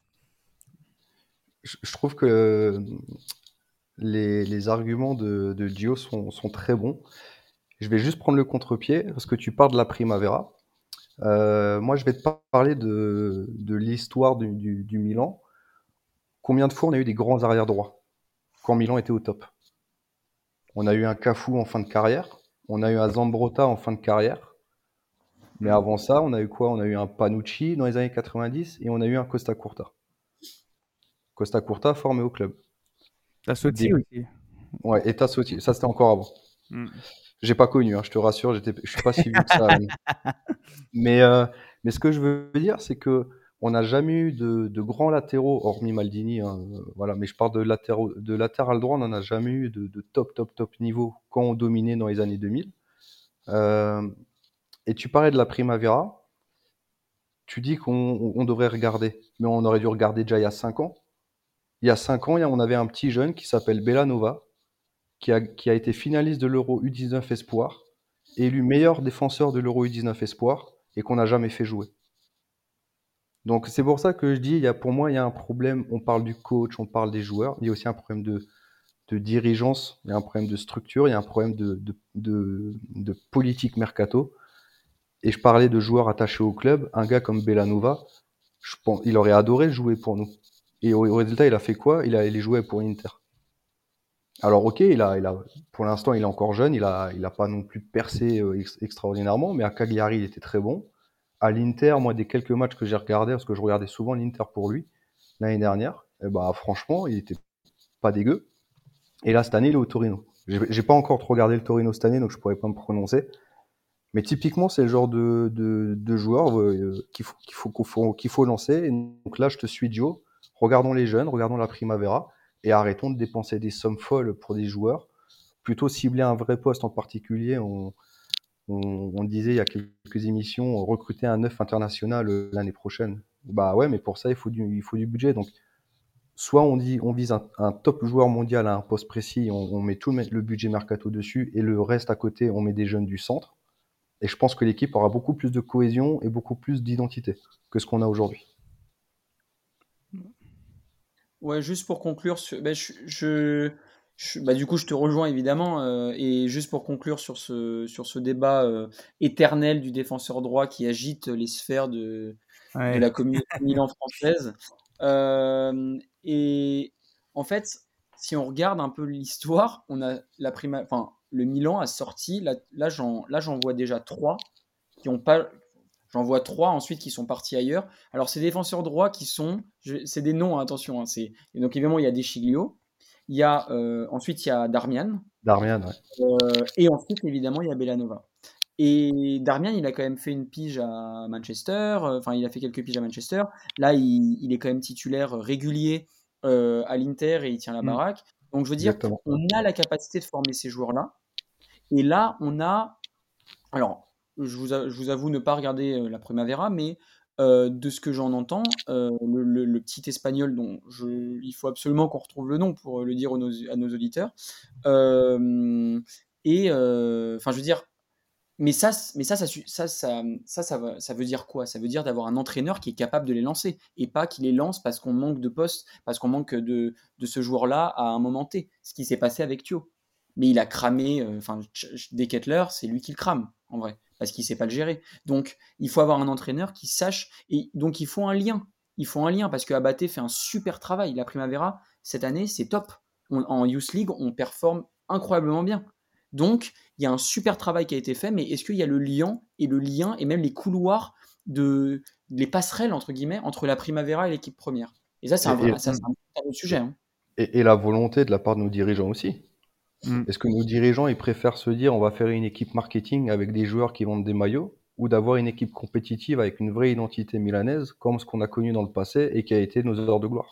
Je trouve que les arguments de Gio sont très bons. Je vais juste prendre le contre-pied parce que tu parles de la Primavera. Moi, je vais te parler de l'histoire du Milan. Combien de fois on a eu des grands arrières droits quand Milan était au top? On a eu un Cafu en fin de carrière, on a eu un Zambrotta en fin de carrière, mais avant ça, on a eu quoi? On a eu un Panucci dans les années 90 et on a eu un Costa Curta. Costa Curta formé au club. T'as sauté aussi. Ouais, et Tassotti, ça c'était encore avant. J'ai pas connu, hein, je te rassure, je suis pas si vieux que ça. Mais ce que je veux dire, c'est que on n'a jamais eu de grands latéraux, hormis Maldini, hein, voilà. Mais je parle de latéral droit, on n'en a jamais eu de top niveau quand on dominait dans les années 2000. Et tu parlais de la Primavera, tu dis qu'on devrait regarder, mais on aurait dû regarder déjà il y a 5 ans. Il y a 5 ans, on avait un petit jeune qui s'appelle Bellanova, qui a été finaliste de l'Euro U19 Espoir, élu meilleur défenseur de l'Euro U19 Espoir, et qu'on n'a jamais fait jouer. Donc c'est pour ça que je dis, pour moi, il y a un problème. On parle du coach, on parle des joueurs. Il y a aussi un problème de dirigeance, il y a un problème de structure, il y a un problème de politique mercato. Et je parlais de joueurs attachés au club. Un gars comme Bellanova, je pense, il aurait adoré jouer pour nous. Et au résultat, il a fait quoi? Il est joué pour l'Inter. Alors ok, pour l'instant, il est encore jeune, il a pas non plus percé extraordinairement, mais à Cagliari, il était très bon. À l'Inter, moi, des quelques matchs que j'ai regardés, parce que je regardais souvent l'Inter pour lui, l'année dernière, et bah, franchement, il était pas dégueu. Et là, cette année, il est au Torino. J'ai pas encore trop regardé le Torino cette année, donc je pourrais pas me prononcer. Mais typiquement, c'est le genre de joueur qu'il faut lancer. Et donc là, je te suis, Gio. Regardons les jeunes, regardons la Primavera, et arrêtons de dépenser des sommes folles pour des joueurs. Plutôt cibler un vrai poste en particulier. On disait il y a quelques émissions, recruter un neuf international l'année prochaine. Bah ouais, mais pour ça, il faut du budget. Donc, soit on vise un top joueur mondial à un poste précis, on met tout le budget mercato dessus, et le reste à côté, on met des jeunes du centre. Et je pense que l'équipe aura beaucoup plus de cohésion et beaucoup plus d'identité que ce qu'on a aujourd'hui. Ouais, juste pour conclure, du coup, je te rejoins évidemment, et juste pour conclure sur ce débat éternel du défenseur droit qui agite les sphères de la communauté Milan française. Et en fait, si on regarde un peu l'histoire, on a le Milan a sorti, là j'en vois déjà 3 qui ont pas. J'en vois 3 ensuite qui sont partis ailleurs. Alors, ces défenseurs droits qui sont. C'est des noms, hein, attention. Hein, et donc, évidemment, il y a Deschiglio. Ensuite, il y a Darmian. Darmian, ouais. Et ensuite, évidemment, il y a Bellanova. Et Darmian, il a quand même fait une pige à Manchester. Enfin, il a fait quelques piges à Manchester. Là, il est quand même titulaire régulier à l'Inter et il tient la baraque. Donc, je veux dire, Exactement. on a la capacité de former ces joueurs-là. Et là, on a. Alors, je vous avoue ne pas regarder la Primavera, mais de ce que j'en entends, le petit espagnol dont il faut absolument qu'on retrouve le nom pour le dire à nos auditeurs. Enfin, je veux dire, mais ça veut dire quoi? Ça veut dire d'avoir un entraîneur qui est capable de les lancer et pas qui les lance parce qu'on manque de postes, parce qu'on manque de ce joueur-là à un moment T. Ce qui s'est passé avec Thio. Mais il a cramé, Deketler, c'est lui qui le crame, en vrai, parce qu'il ne sait pas le gérer. Donc, il faut avoir un entraîneur qui sache, et donc il faut un lien. Il faut un lien, parce que Abate fait un super travail. La Primavera, cette année, c'est top. En Youth League, on performe incroyablement bien. Donc, il y a un super travail qui a été fait, mais est-ce qu'il y a le lien, et même les couloirs, les passerelles, entre guillemets, entre la Primavera et l'équipe première? Et ça, c'est un autre sujet. Hein. Et la volonté de la part de nos dirigeants aussi. Mm. Est-ce que nos dirigeants, ils préfèrent se dire on va faire une équipe marketing avec des joueurs qui vendent des maillots ou d'avoir une équipe compétitive avec une vraie identité milanaise comme ce qu'on a connu dans le passé et qui a été nos heures de gloire?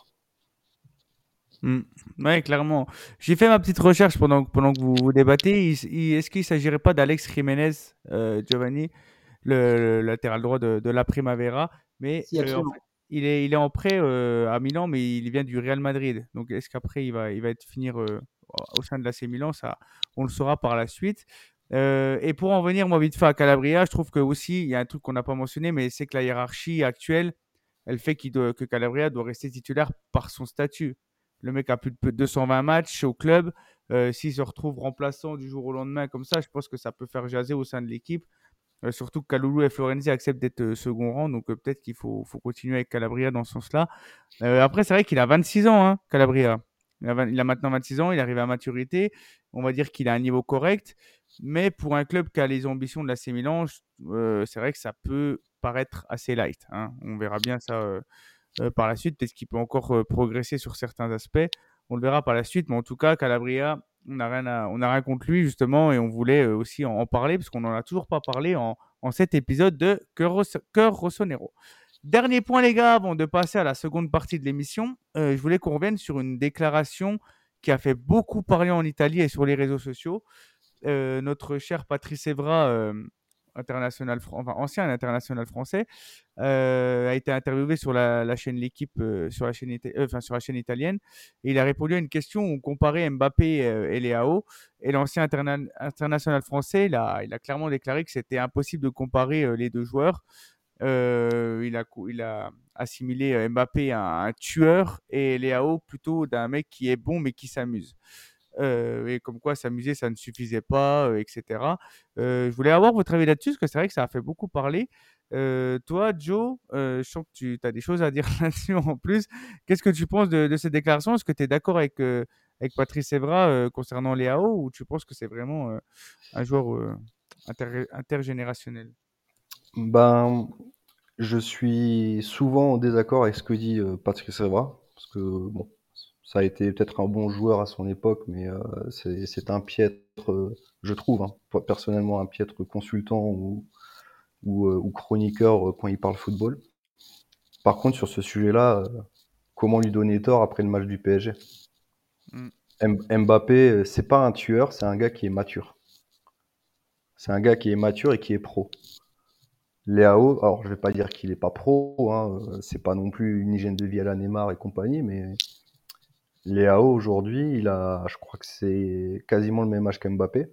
Ouais, clairement. J'ai fait ma petite recherche pendant que vous débattez. Est-ce qu'il ne s'agirait pas d'Alex Jiménez, Giovanni, le latéral droit de la Primavera? Mais Si, en absolument. fait, il est en prêt à Milan, mais il vient du Real Madrid. Donc, est-ce qu'après, il va finir au sein de l'AC Milan? Ça, on le saura par la suite. Et pour en venir, moi, vite fait à Calabria, je trouve que aussi, il y a un truc qu'on n'a pas mentionné, mais c'est que la hiérarchie actuelle, elle fait que Calabria doit rester titulaire par son statut. Le mec a plus de 220 matchs au club. S'il se retrouve remplaçant du jour au lendemain comme ça, je pense que ça peut faire jaser au sein de l'équipe. Surtout que Kalulu et Florenzi acceptent d'être second rang. Donc peut-être qu'il faut continuer avec Calabria dans ce sens-là. Après, c'est vrai qu'il a 26 ans, hein, Calabria. Il a maintenant 26 ans, il arrive à maturité. On va dire qu'il a un niveau correct. Mais pour un club qui a les ambitions de l'AC Milan, c'est vrai que ça peut paraître assez light, hein. On verra bien ça par la suite. Peut-être qu'il peut encore progresser sur certains aspects. On le verra par la suite. Mais en tout cas, Calabria, on n'a rien contre lui, justement. Et on voulait aussi en parler, parce qu'on n'en a toujours pas parlé en cet épisode de Cœur Rossonero. Dernier point, les gars, avant de passer à la seconde partie de l'émission, je voulais qu'on revienne sur une déclaration qui a fait beaucoup parler en Italie et sur les réseaux sociaux. Notre cher Patrice Evra, ancien international français, a été interviewé sur la chaîne L'équipe, sur la chaîne italienne. Et il a répondu à une question où on comparait Mbappé et Leao. Et l'ancien international français, il a clairement déclaré que c'était impossible de comparer les deux joueurs. Il a assimilé Mbappé à un tueur et Leao plutôt d'un mec qui est bon mais qui s'amuse. Et comme quoi s'amuser, ça ne suffisait pas, etc. Je voulais avoir votre avis là-dessus, parce que c'est vrai que ça a fait beaucoup parler. Toi, Joe, je sens que tu as des choses à dire là-dessus en plus. Qu'est-ce que tu penses de cette déclaration? Est-ce que tu es d'accord avec Patrice Evra concernant Leao, ou tu penses que c'est vraiment un joueur intergénérationnel? Ben, je suis souvent en désaccord avec ce que dit Patrice Evra, parce que bon, ça a été peut-être un bon joueur à son époque, mais c'est un piètre, je trouve, hein, personnellement un piètre consultant ou chroniqueur quand il parle football. Par contre, sur ce sujet-là, comment lui donner tort après le match du PSG? Mm. Mbappé, c'est pas un tueur, c'est un gars qui est mature. C'est un gars qui est mature et qui est pro. Leao, alors je vais pas dire qu'il est pas pro, hein, c'est pas non plus une hygiène de vie à la Neymar et compagnie, mais Leao aujourd'hui, je crois que c'est quasiment le même âge qu'Mbappé.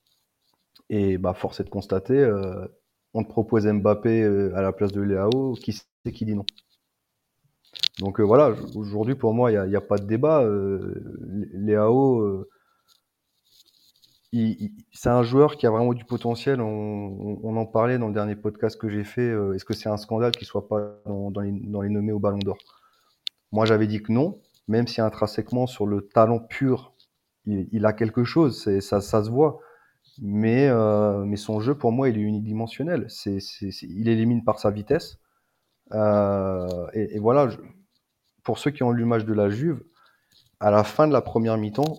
Et bah force est de constater, on te propose Mbappé à la place de Leao, qui c'est qui dit non? Donc voilà, aujourd'hui pour moi il y a pas de débat. Leao, c'est un joueur qui a vraiment du potentiel. On en parlait dans le dernier podcast que j'ai fait. Est-ce que c'est un scandale qu'il soit pas dans les nommés au Ballon d'Or? Moi, j'avais dit que non, même si intrinsèquement, sur le talent pur, il a quelque chose, ça se voit. Mais son jeu, pour moi, il est unidimensionnel. Il élimine par sa vitesse. Et voilà, pour ceux qui ont lu le match de la Juve, à la fin de la première mi-temps,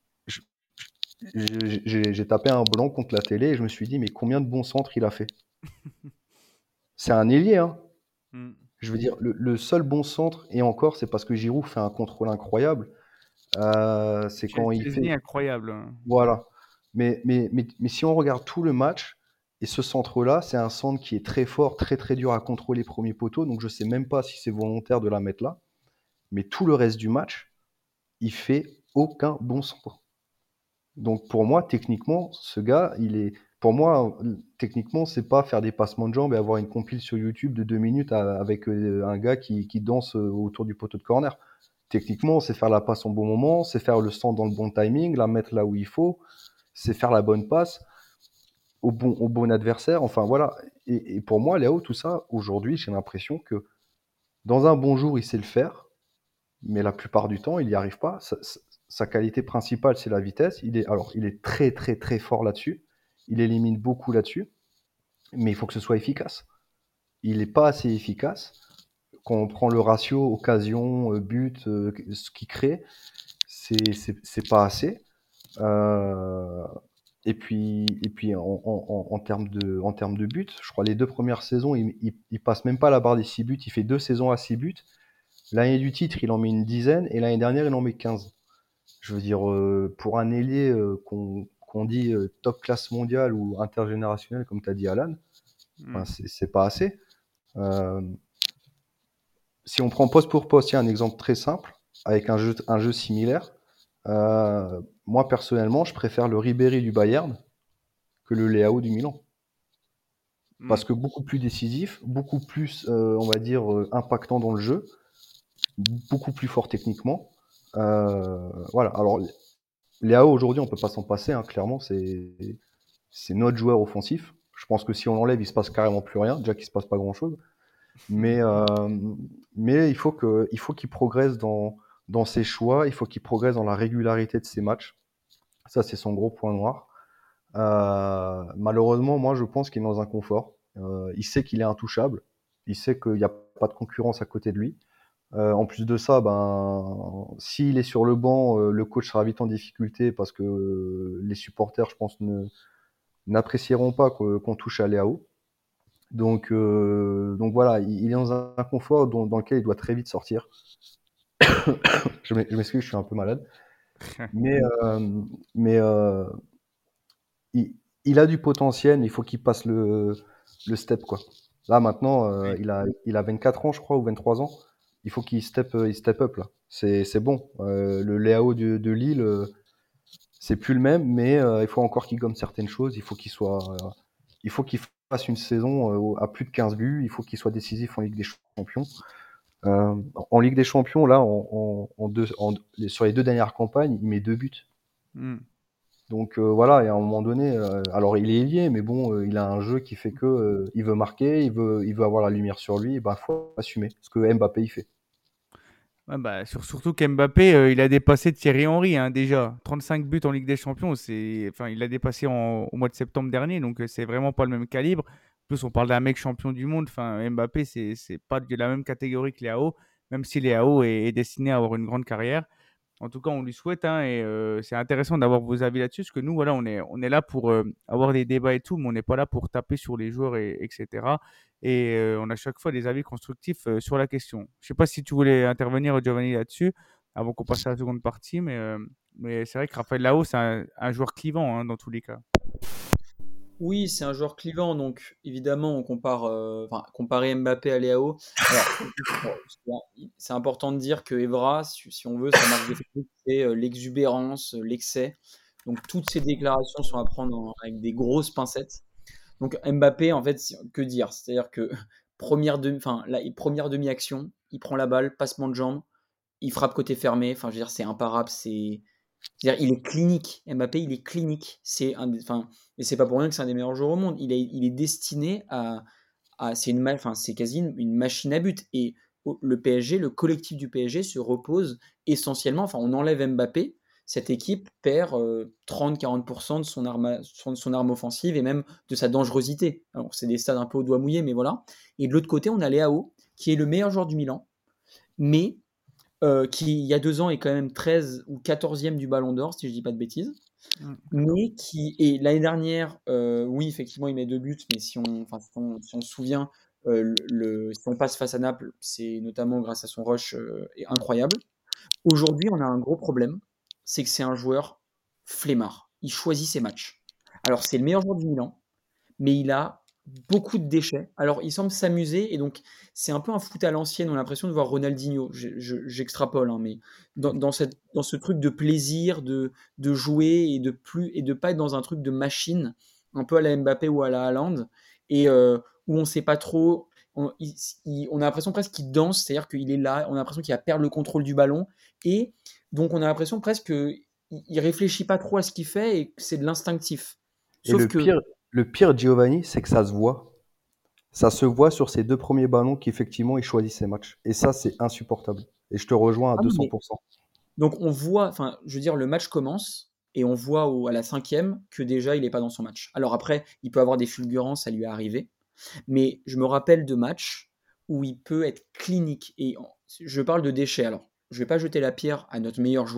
j'ai tapé un blanc contre la télé et je me suis dit, mais combien de bons centres il a fait? C'est un ailier, hein. Mm. Je veux dire, le seul bon centre, et encore, c'est parce que Giroud fait un contrôle incroyable. C'est quand il Chesney, fait. incroyable, hein. Voilà. Mais si on regarde tout le match, et ce centre-là, c'est un centre qui est très fort, très très dur à contrôler premier poteau, donc je sais même pas si c'est volontaire de la mettre là. Mais tout le reste du match, il fait aucun bon centre. Donc pour moi, techniquement, ce gars, pour moi, techniquement, c'est pas faire des passements de jambes et avoir une compile sur YouTube de 2 minutes avec un gars qui danse autour du poteau de corner. Techniquement, c'est faire la passe au bon moment, c'est faire le centre dans le bon timing, la mettre là où il faut, c'est faire la bonne passe au bon adversaire. Enfin voilà. Et pour moi, Léo, tout ça, aujourd'hui, j'ai l'impression que dans un bon jour, il sait le faire, mais la plupart du temps, il n'y arrive pas. Sa qualité principale, c'est la vitesse. Il est très, très, très fort là-dessus. Il élimine beaucoup là-dessus, mais il faut que ce soit efficace. Il n'est pas assez efficace. Quand on prend le ratio occasion, but, ce qu'il crée, c'est pas assez. Et puis en termes de buts, je crois les 2 premières saisons, il passe même pas la barre des 6 buts. Il fait 2 saisons à 6 buts. L'année du titre, il en met une dizaine et l'année dernière, il en met 15. Je veux dire, pour un ailier qu'on dit top classe mondiale ou intergénérationnel, comme tu as dit, Alan, Mm. c'est pas assez. Si on prend poste pour poste, il y a un exemple très simple, avec un jeu similaire. Moi, personnellement, je préfère le Ribéry du Bayern que le Leao du Milan. Parce que beaucoup plus décisif, beaucoup plus, on va dire, impactant dans le jeu, beaucoup plus fort techniquement. Voilà. Alors, Leao, aujourd'hui, on peut pas s'en passer, hein, clairement, c'est notre joueur offensif. Je pense que si on l'enlève, il se passe carrément plus rien, déjà qu'il se passe pas grand-chose. Mais il faut qu'il progresse dans ses choix, il faut qu'il progresse dans la régularité de ses matchs. Ça, c'est son gros point noir. Malheureusement, moi, je pense qu'il est dans un confort. Il sait qu'il est intouchable. Il sait qu'il n'y a pas de concurrence à côté de lui. En plus de ça, s'il est sur le banc, le coach sera vite en difficulté parce que les supporters, je pense, n'apprécieront pas qu'on touche à Leao. Donc voilà, il est dans un confort dans lequel il doit très vite sortir. Je m'excuse, je suis un peu malade. Mais il a du potentiel, mais il faut qu'il passe le step, quoi. Là, maintenant, il a 24 ans, je crois, ou 23 ans. Il faut qu'il step up, là. C'est bon. Le Leao de Lille, c'est plus le même, mais il faut encore qu'il gomme certaines choses. Il faut qu'il fasse une saison à plus de 15 buts. Il faut qu'il soit décisif en Ligue des Champions. En Ligue des Champions, là, sur les 2 dernières campagnes, il met 2 buts. Mm. Donc voilà, et à un moment donné, alors il est ailier, mais bon, il a un jeu qui fait que il veut marquer, il veut avoir la lumière sur lui, et faut assumer ce que Mbappé il fait. Ouais, surtout qu'Mbappé, il a dépassé Thierry Henry, hein, déjà. 35 buts en Ligue des Champions, il l'a dépassé au mois de septembre dernier, donc c'est vraiment pas le même calibre. En plus, on parle d'un mec champion du monde. Enfin, Mbappé, c'est pas de la même catégorie que Léao, même si Léao est destiné à avoir une grande carrière. En tout cas, on lui souhaite, hein, et c'est intéressant d'avoir vos avis là-dessus, parce que nous, voilà, on est là pour avoir des débats et tout, mais on n'est pas là pour taper sur les joueurs, etc. Et on a chaque fois des avis constructifs sur la question. Je sais pas si tu voulais intervenir, Giovanni, là-dessus, avant qu'on passe à la seconde partie, mais c'est vrai que Raphaël Lao, c'est un joueur clivant, hein, dans tous les cas. Oui, c'est un joueur clivant, donc évidemment, comparer Mbappé à Leao. Alors, c'est important de dire que Evra, si on veut, sa marque de fabrique, c'est l'exubérance, l'excès. Donc, toutes ces déclarations sont à prendre avec des grosses pincettes. Donc, Mbappé, en fait, que dire? C'est-à-dire que première demi-action, il prend la balle, passement de jambe, il frappe côté fermé. Enfin, je veux dire, c'est imparable, c'est-à-dire, il est clinique. Mbappé, il est clinique. Et c'est pas pour rien que c'est un des meilleurs joueurs au monde. Il est destiné c'est quasi une machine à but. Et le PSG, le collectif du PSG se repose essentiellement. Enfin, on enlève Mbappé, cette équipe perd 30-40% de son arme offensive et même de sa dangerosité. Alors, c'est des stades un peu au doigt mouillé, mais voilà. Et de l'autre côté, on a Leao, qui est le meilleur joueur du Milan, mais qui, il y a 2 ans, est quand même 13 ou 14e du Ballon d'Or, si je dis pas de bêtises. Mais et l'année dernière, oui, effectivement, il met 2 buts, mais si on se souvient, si on passe face à Naples, c'est notamment grâce à son rush incroyable. Aujourd'hui, on a un gros problème, c'est que c'est un joueur flemmard. Il choisit ses matchs. Alors, c'est le meilleur joueur du Milan, mais il a beaucoup de déchets. Alors, il semble s'amuser, et donc c'est un peu un foot à l'ancienne. On a l'impression de voir Ronaldinho. J'extrapole, hein, mais dans ce truc de plaisir, de jouer et de pas être dans un truc de machine, un peu à la Mbappé ou à la Haaland, et où on sait pas trop. On a l'impression presque qu'il danse, c'est-à-dire qu'il est là. On a l'impression qu'il va perdre le contrôle du ballon, et donc on a l'impression presque qu'il réfléchit pas trop à ce qu'il fait et que c'est de l'instinctif. Et Sauf que le pire, Giovanni, c'est que ça se voit. Ça se voit sur ces 2 premiers ballons qu'effectivement, il choisit ses matchs. Et ça, c'est insupportable. Et je te rejoins à Ah oui, mais 200%. donc on voit, enfin, je veux dire, le match commence et on voit à la 5e que déjà il n'est pas dans son match. Alors après, il peut avoir des fulgurances, ça lui est arrivé, mais je me rappelle de matchs où il peut être clinique. Et je parle de déchets. Alors, je vais pas jeter la pierre à notre meilleur joueur,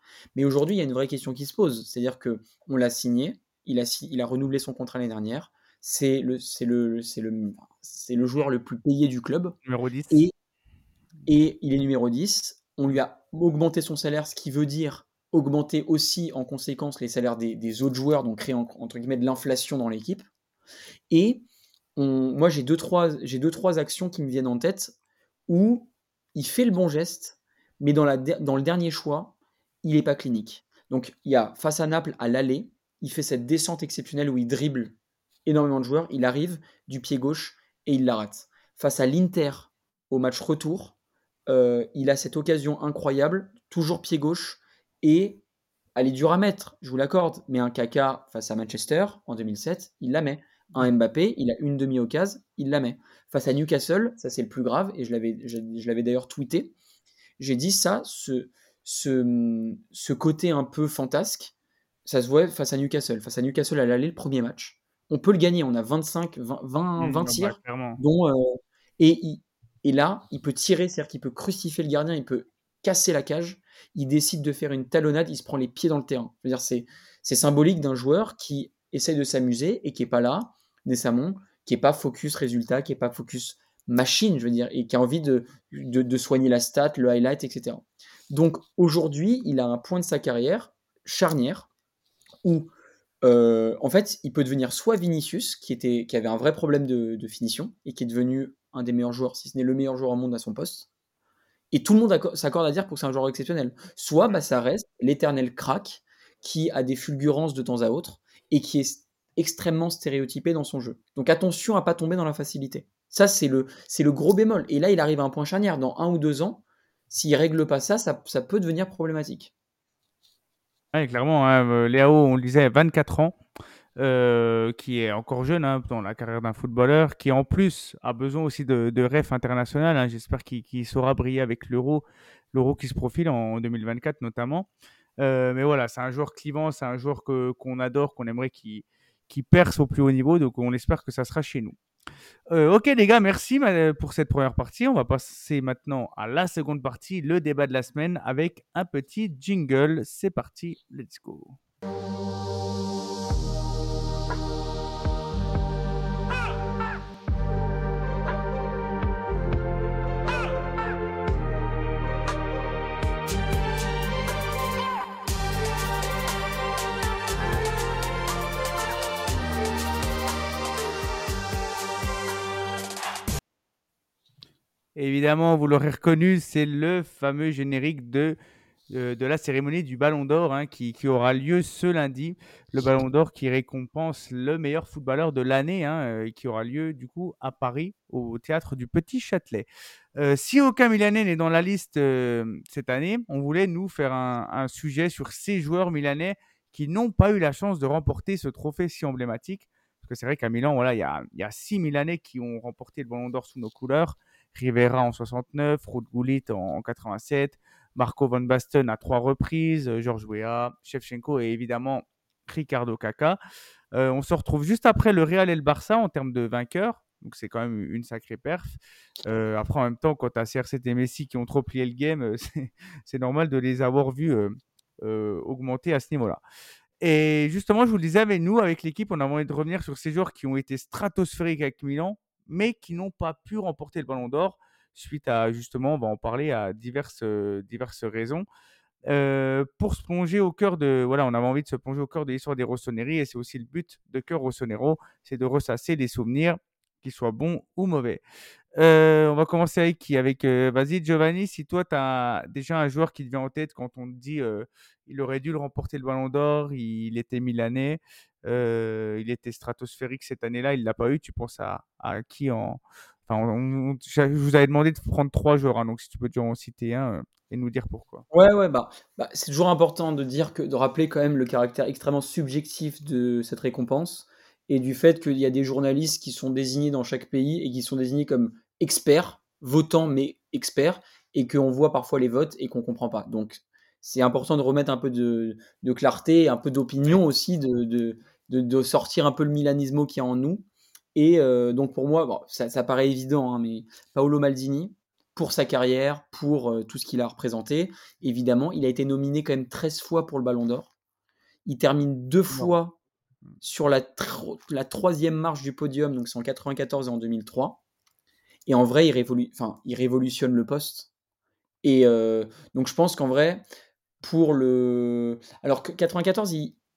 Mais aujourd'hui, il y a une vraie question qui se pose. C'est-à-dire qu'on l'a signé, il a renouvelé son contrat l'année dernière. C'est le joueur le plus payé du club. Numéro 10. Et il est numéro 10. On lui a augmenté son salaire, ce qui veut dire augmenter aussi en conséquence les salaires des autres joueurs, donc créer entre guillemets de l'inflation dans l'équipe. Et moi, j'ai deux, trois actions qui me viennent en tête où il fait le bon geste, mais dans le dernier choix, il n'est pas clinique. Donc, il y a face à Naples, à l'aller, il fait cette descente exceptionnelle où il dribble énormément de joueurs, il arrive du pied gauche et il la rate. Face à l'Inter, au match retour, il a cette occasion incroyable, toujours pied gauche, et elle est dure à mettre, je vous l'accorde, mais un Kaka face à Manchester en 2007, il la met. Un Mbappé, il a une demi-occasion, il la met. Face à Newcastle, ça c'est le plus grave, et je l'avais d'ailleurs tweeté, j'ai dit ça, ce côté un peu fantasque, ça se voit face à Newcastle. Face à Newcastle à l'aller, le premier match. On peut le gagner, on a 20 tirs, dont, et là, il peut tirer, c'est-à-dire qu'il peut crucifier le gardien, il peut casser la cage, il décide de faire une talonnade, il se prend les pieds dans le terrain. Je veux dire, c'est symbolique d'un joueur qui essaye de s'amuser et qui n'est pas là, décemment, qui n'est pas focus résultat, qui n'est pas focus machine, je veux dire, et qui a envie de soigner la stat, le highlight, etc. Donc aujourd'hui, il a un point de sa carrière charnière où en fait, il peut devenir soit Vinicius, qui avait un vrai problème de finition et qui est devenu un des meilleurs joueurs, si ce n'est le meilleur joueur au monde à son poste. Et tout le monde s'accorde à dire que c'est un joueur exceptionnel. Soit ça reste l'éternel crack qui a des fulgurances de temps à autre et qui est extrêmement stéréotypé dans son jeu. Donc attention à ne pas tomber dans la facilité. Ça, c'est le gros bémol. Et là, il arrive à un point charnière. Dans 1 ou 2 ans, s'il ne règle pas ça, ça peut devenir problématique. Oui, clairement, hein, Léao, on le disait, 24 ans, qui est encore jeune dans la carrière d'un footballeur, qui en plus a besoin aussi de ref international. Hein. J'espère qu'il saura briller avec l'Euro qui se profile en 2024 notamment. Mais voilà, c'est un joueur clivant, c'est un joueur qu'on adore, qu'on aimerait qu'il perce au plus haut niveau, donc on espère que ça sera chez nous. Ok les gars, merci pour cette première partie. On va passer maintenant à la seconde partie, le débat de la semaine avec un petit jingle. C'est parti, let's go. Évidemment, vous l'aurez reconnu, c'est le fameux générique de la cérémonie du Ballon d'Or qui aura lieu ce lundi. Le Ballon d'Or qui récompense le meilleur footballeur de l'année et qui aura lieu du coup à Paris, au théâtre du Petit Châtelet. Si aucun Milanais n'est dans la liste cette année, on voulait nous faire un sujet sur ces joueurs milanais qui n'ont pas eu la chance de remporter ce trophée si emblématique. Parce que c'est vrai qu'à Milan, voilà, il y a 6 Milanais qui ont remporté le Ballon d'Or sous nos couleurs. Rivera en 69, Ruud Gullit en 87, Marco van Basten à 3 reprises, Georges Weah, Shevchenko et évidemment Ricardo Kaká. On se retrouve juste après le Real et le Barça en termes de vainqueurs. Donc c'est quand même une sacrée perf. Après en même temps, quand tu as CR7 et Messi qui ont trop plié le game, c'est normal de les avoir vus augmenter à ce niveau-là. Et justement, je vous le disais, avec l'équipe, on a envie de revenir sur ces joueurs qui ont été stratosphériques avec Milan, mais qui n'ont pas pu remporter le Ballon d'Or suite à, justement, on va en parler, à diverses raisons. Pour se plonger au cœur de... Voilà, on avait envie de se plonger au cœur de l'histoire des Rossoneri, et c'est aussi le but de Cœur Rossonero, c'est de ressasser les souvenirs, qu'ils soient bons ou mauvais. On va commencer avec qui? Vas-y, Giovanni, si toi, tu as déjà un joueur qui te vient en tête quand on te dit il aurait dû le remporter le Ballon d'Or, il était milanais, il était stratosphérique cette année-là, il ne l'a pas eu, tu penses à qui je vous avais demandé de prendre 3 joueurs, donc si tu peux déjà en citer un et nous dire pourquoi. Ouais, c'est toujours important de rappeler quand même le caractère extrêmement subjectif de cette récompense et du fait qu'il y a des journalistes qui sont désignés dans chaque pays et qui sont désignés comme experts, votants mais experts, et qu'on voit parfois les votes et qu'on ne comprend pas. Donc c'est important de remettre un peu de clarté, un peu d'opinion aussi, de sortir un peu le milanismo qu'il y a en nous. Et donc pour moi, ça paraît évident, mais Paolo Maldini, pour sa carrière, pour tout ce qu'il a représenté. Évidemment, il a été nominé quand même 13 fois pour le Ballon d'Or. Il termine 2 fois sur la troisième marche du podium, donc c'est en 94 et en 2003. Et en vrai, il révolutionne le poste. Et donc je pense qu'en vrai, pour le... Alors que 94,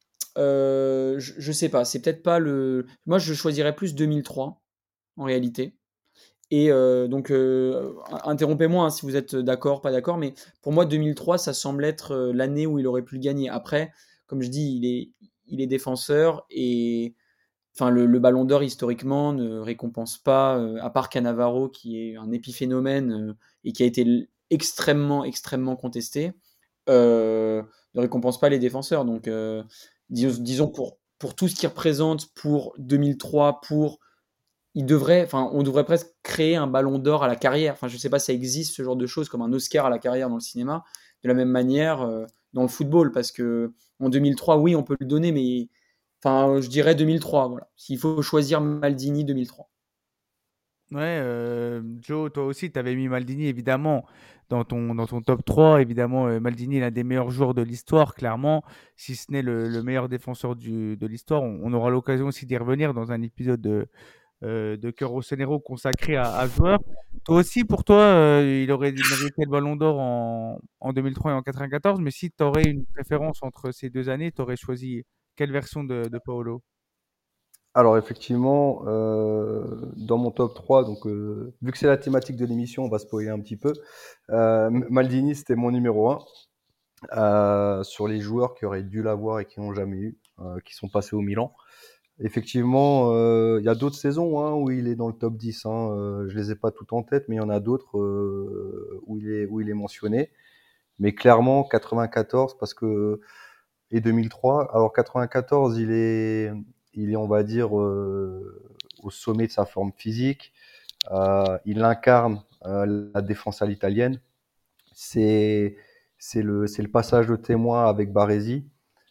je sais pas, c'est peut-être pas le... Moi, je choisirais plus 2003, en réalité. Et donc, interrompez-moi si vous êtes d'accord, pas d'accord, mais pour moi, 2003, ça semble être l'année où il aurait pu le gagner. Après, comme je dis, il est défenseur et enfin, le Ballon d'Or, historiquement, ne récompense pas, à part Cannavaro, qui est un épiphénomène et qui a été extrêmement, extrêmement contesté, ne récompense pas les défenseurs. Donc, disons pour tout ce qu'il représente, pour 2003, on devrait presque créer un Ballon d'Or à la carrière. Enfin, je ne sais pas si ça existe ce genre de choses comme un Oscar à la carrière dans le cinéma, de la même manière dans le football, parce que en 2003, oui, on peut le donner, mais enfin, je dirais 2003. Voilà. S'il faut choisir Maldini, 2003. Ouais, Joe, toi aussi, tu avais mis Maldini évidemment dans ton top 3. Évidemment, Maldini est l'un des meilleurs joueurs de l'histoire, clairement, si ce n'est le meilleur défenseur de l'histoire. On aura l'occasion aussi d'y revenir dans un épisode de Cœur Rossonero consacré à ce joueur. Toi aussi, pour toi, il aurait mérité le Ballon d'Or en 2003 et en 94, mais si tu aurais une préférence entre ces deux années, tu aurais choisi quelle version de Paolo? Alors effectivement, dans mon top 3, donc vu que c'est la thématique de l'émission, on va spoiler un petit peu. Maldini, c'était mon numéro 1 sur les joueurs qui auraient dû l'avoir et qui n'ont jamais eu, qui sont passés au Milan. Effectivement, il y a d'autres saisons où il est dans le top 10. Je les ai pas toutes en tête, mais il y en a d'autres où il est mentionné. Mais clairement, 94 et 2003. Alors 94, il est, on va dire, au sommet de sa forme physique. Il incarne la défense à l'italienne. C'est le passage de témoin avec Baresi.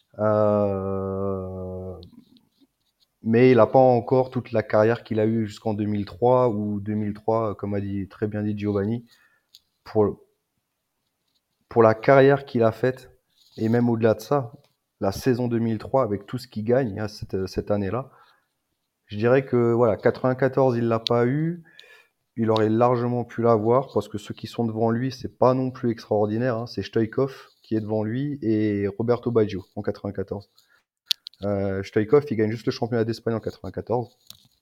Mais il n'a pas encore toute la carrière qu'il a eue jusqu'en 2003 ou 2003, comme a très bien dit Giovanni, pour la carrière qu'il a faite et même au-delà de ça, la saison 2003 avec tout ce qu'il gagne cette année-là. Je dirais que voilà, 94 il l'a pas eu, il aurait largement pu l'avoir parce que ceux qui sont devant lui c'est pas non plus extraordinaire. C'est Stoïkov qui est devant lui et Roberto Baggio en 94. Stoïkov il gagne juste le championnat d'Espagne en 94.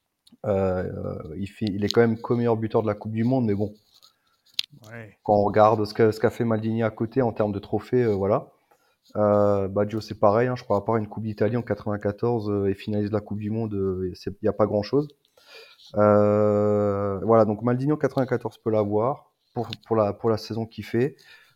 Il est quand même co-meilleur buteur de la Coupe du Monde, mais bon, quand on regarde ce qu'a fait Maldini à côté en termes de trophées, voilà. Baggio c'est pareil, je crois à part une Coupe d'Italie en 94 et finalise la Coupe du Monde, il n'y a pas grand chose. Voilà, donc Maldini en 94 peut l'avoir pour la saison qu'il fait.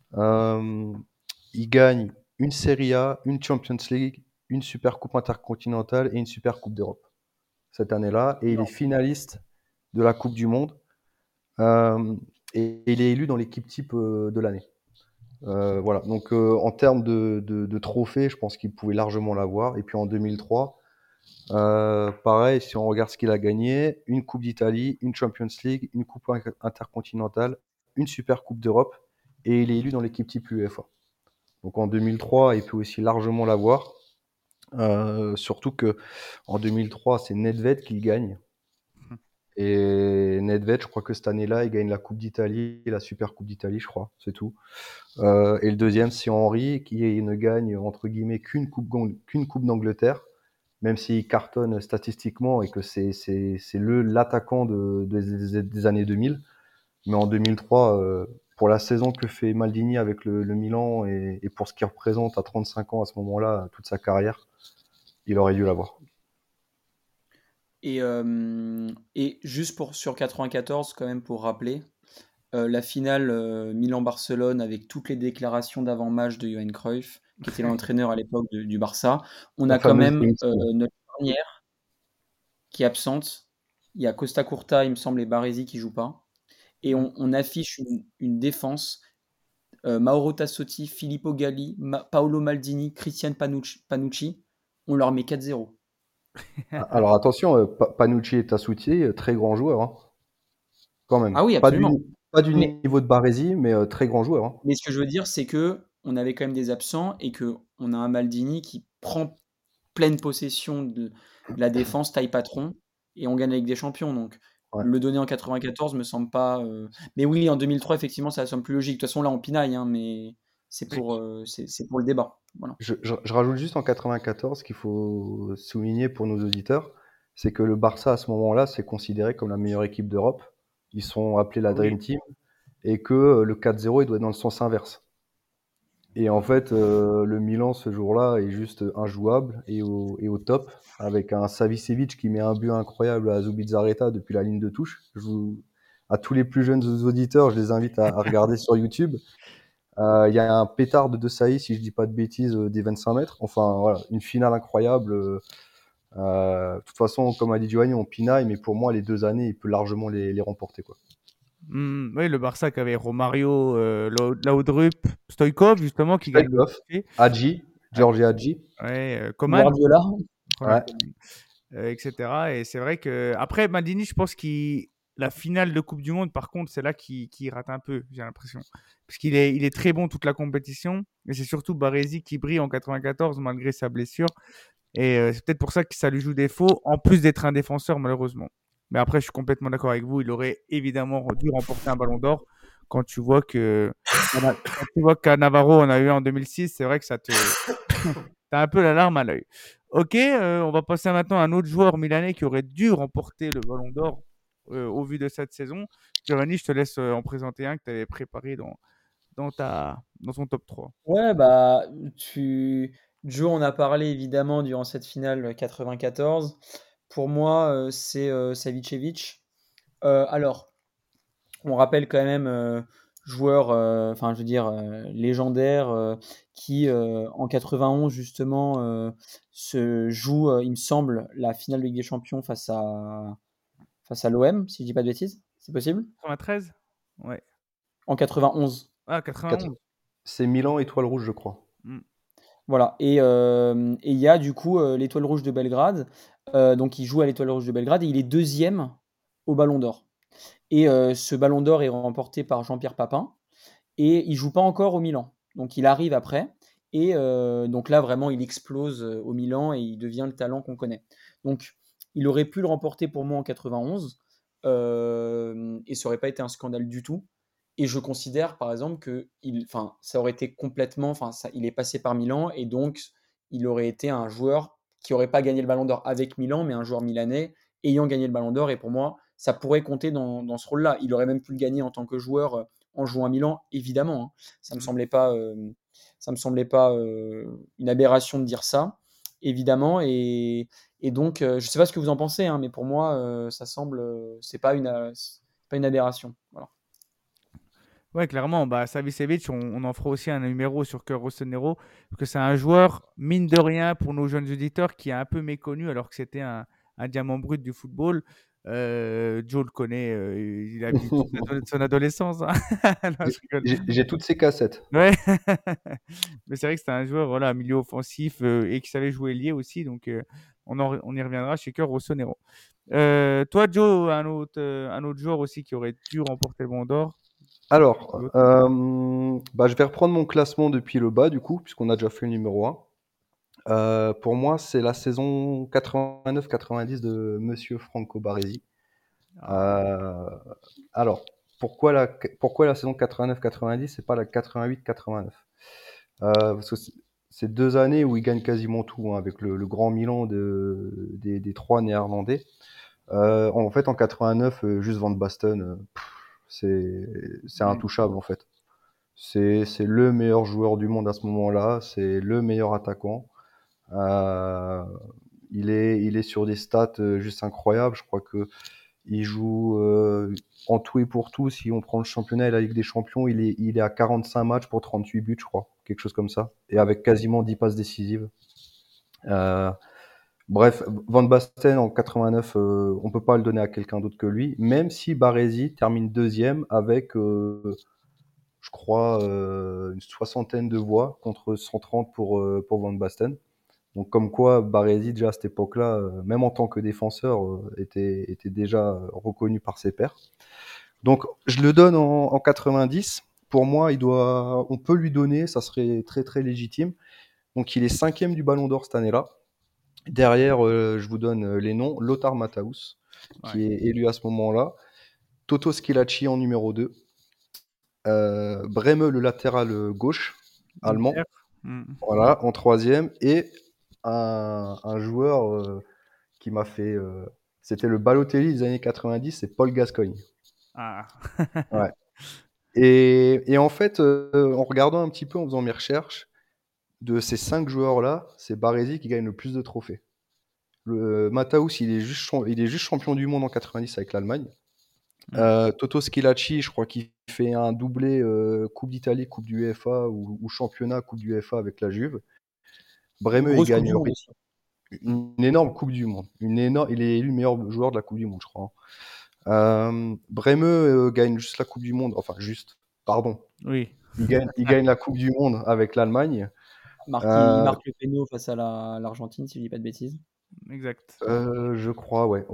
Il gagne une Serie A, une Champions League, une Super Coupe intercontinentale et une Super Coupe d'Europe cette année-là, et il est finaliste de la Coupe du Monde, et il est élu dans l'équipe type de l'année. Voilà, donc en termes de trophées, je pense qu'il pouvait largement l'avoir. Et puis en 2003, pareil, si on regarde ce qu'il a gagné, une Coupe d'Italie, une Champions League, une Coupe intercontinentale, une Super Coupe d'Europe, et il est élu dans l'équipe type UEFA. Donc en 2003, il peut aussi largement l'avoir. Surtout que en 2003, c'est Nedved qui le gagne. Et Nedved, je crois que cette année-là, il gagne la Coupe d'Italie, la Super Coupe d'Italie, je crois, c'est tout. Et le deuxième, c'est Henry, qui ne gagne entre guillemets qu'une coupe d'Angleterre, même s'il cartonne statistiquement et que c'est l'attaquant des années 2000. Mais en 2003, pour la saison que fait Maldini avec le Milan et pour ce qu'il représente à 35 ans à ce moment-là, toute sa carrière, il aurait dû l'avoir. Et juste sur 94, quand même pour rappeler, la finale Milan-Barcelone avec toutes les déclarations d'avant-match de Johan Cruyff, qui était l'entraîneur à l'époque du Barça. On a quand même notre charnière qui est absente. Il y a Costa Curta, il me semble, et Baresi qui ne jouent pas. Et on affiche une défense. Mauro Tassotti, Filippo Galli, Paolo Maldini, Christian Panucci. On leur met 4-0. Alors attention, Panucci et Tassotti, très grands joueurs. Quand même. Ah oui, absolument. Pas du Mais, niveau de Baresi, mais très grand joueur. Hein. mais ce que je veux dire, c'est que on avait quand même des absents et que on a un Maldini qui prend pleine possession de la défense, taille patron, et on gagne la Ligue des Champions. Donc, Ouais. le donner en 94 me semble pas. Mais oui, en 2003, effectivement, ça semble plus logique. De toute façon, là, on pinaille, hein, mais c'est pour le débat. Voilà. Je rajoute juste en 94 qu'il faut souligner pour nos auditeurs, c'est que le Barça à ce moment-là, c'est considéré comme la meilleure équipe d'Europe. Ils sont appelés la Oui. Dream Team et que le 4-0, il doit être dans le sens inverse. Et en fait, le Milan ce jour-là est juste injouable et au top, avec un Savicevic qui met un but incroyable à Zubizarreta depuis la ligne de touche. À tous les plus jeunes auditeurs, je les invite à regarder sur YouTube. Il y a un pétard de Saïs, si je dis pas de bêtises, des 25 mètres. Enfin, voilà, une finale incroyable. De toute façon, comme a dit Giovanni, on pinaille, mais pour moi, les 2 années, il peut largement les remporter, quoi. Oui, le Barça qui avait Romario, Laudrup, Stoïkov, justement, qui gagne le Stoïkov, trophée. Hadji, Georgi Hadji. Ouais, Coman, Guardiola. Ronald Ouais. Koeman, etc. Et c'est vrai que après Maldini, je pense qu'il la finale de Coupe du Monde, par contre, c'est là qu'il rate un peu, j'ai l'impression, parce il est très bon toute la compétition, et c'est surtout Baresi qui brille en 94 malgré sa blessure. Et c'est peut-être pour ça que ça lui joue défaut, en plus d'être un défenseur, malheureusement. Mais après, je suis complètement d'accord avec vous. Il aurait évidemment dû remporter un ballon d'or quand tu vois qu'à Navarro, on a eu en 2006. C'est vrai que t'as un peu la larme à l'œil. Ok, on va passer maintenant à un autre joueur milanais qui aurait dû remporter le ballon d'or au vu de cette saison. Giovanni, je te laisse en présenter un que tu avais préparé dans ton top 3. Ouais, bah, Joe en a parlé évidemment durant cette finale 94. Pour moi, c'est Savicevic. Alors, on rappelle quand même joueur, enfin, je veux dire, légendaire, qui en 91 justement se joue, il me semble, la finale de Ligue des Champions face à l'OM, si je dis pas de bêtises. C'est possible? 93. Ouais. En 91. Ah, Quatre- 91. C'est Milan Étoile Rouge, je crois. Mm. Voilà, et il y a du coup l'Étoile Rouge de Belgrade. Donc il joue à l'Étoile Rouge de Belgrade et il est deuxième au Ballon d'Or. Et ce Ballon d'Or est remporté par Jean-Pierre Papin. Et il joue pas encore au Milan. Donc il arrive après. Et donc là, vraiment, il explose au Milan et il devient le talent qu'on connaît. Donc il aurait pu le remporter pour moi en 91. Et ça aurait pas été un scandale du tout. Et je considère, par exemple, que ça aurait été complètement. Il est passé par Milan et donc il aurait été un joueur qui n'aurait pas gagné le Ballon d'Or avec Milan, mais un joueur milanais ayant gagné le Ballon d'Or. Et pour moi, ça pourrait compter dans ce rôle-là. Il aurait même pu le gagner en tant que joueur en jouant à Milan, évidemment. Hein. Ça me semblait pas, une aberration de dire ça, évidemment. Et donc, je ne sais pas ce que vous en pensez, hein, mais pour moi, ça semble, c'est pas une aberration. Voilà. Ouais, clairement, bah, Savicevic, on en fera aussi un numéro sur Cœur Rossonero, parce que c'est un joueur, mine de rien, pour nos jeunes auditeurs, qui est un peu méconnu, alors que c'était un diamant brut du football. Joe le connaît, il a vu toute son adolescence. Hein. Non, je rigole. J'ai toutes ces cassettes. Ouais. Mais c'est vrai que c'était un joueur, voilà, milieu offensif et qui savait jouer lié aussi, donc on y reviendra chez Cœur Rossonero. Toi, Joe, un autre joueur aussi qui aurait dû remporter le Ballon d'Or. Alors, je vais reprendre mon classement depuis le bas, du coup, puisqu'on a déjà fait le numéro 1. Pour moi, c'est la saison 89-90 de Monsieur Franco Baresi. Euh, alors, pourquoi la saison 89-90 c'est pas la 88-89? Parce que c'est 2 années où il gagne quasiment tout, hein, avec le grand Milan des 3 Néerlandais. En fait, en 89, juste Van Basten, c'est intouchable, en fait. C'est le meilleur joueur du monde à ce moment-là, c'est le meilleur attaquant. Euh, il est sur des stats juste incroyables. Je crois que il joue en tout et pour tout. Si on prend le championnat et la Ligue des Champions, il est à 45 matchs pour 38 buts, je crois, quelque chose comme ça, et avec quasiment 10 passes décisives. Euh, Bref, Van Basten en 89, on peut pas le donner à quelqu'un d'autre que lui, même si Baresi termine deuxième avec, je crois, une soixantaine de voix contre 130 pour Van Basten. Donc comme quoi Baresi déjà à cette époque-là, même en tant que défenseur, était déjà reconnu par ses pairs. Donc, je le donne en 90. Pour moi, on peut lui donner, ça serait très très légitime. Donc, il est 5e du Ballon d'Or cette année-là. Derrière, je vous donne les noms. Lothar Matthäus, qui Ouais. est élu à ce moment-là. Toto Schillaci en numéro 2. Breme, le latéral gauche allemand. Inter. Mm. Voilà, en 3e. Et un joueur qui m'a fait. C'était le Balotelli des années 90, c'est Paul Gascoigne. Ah. Ouais. Et en fait, en regardant un petit peu, en faisant mes recherches, de ces 5 joueurs-là, c'est Baresi qui gagne le plus de trophées. Matthäus, il est juste champion du monde en 90 avec l'Allemagne. Toto Schillaci, je crois qu'il fait un doublé Coupe d'Italie, Coupe du UEFA ou championnat, Coupe du UEFA avec la Juve. Une Breme, il grosse Coupe gagne du Monde aussi. une énorme Coupe du Monde. Il est élu meilleur joueur de la Coupe du Monde, je crois. Breme gagne juste la Coupe du Monde. Enfin, juste, pardon. Oui. Il gagne la Coupe du Monde avec l'Allemagne. Il Euh, marque le péno face à l'Argentine, si je dis pas de bêtises. Exact. je crois, ouais.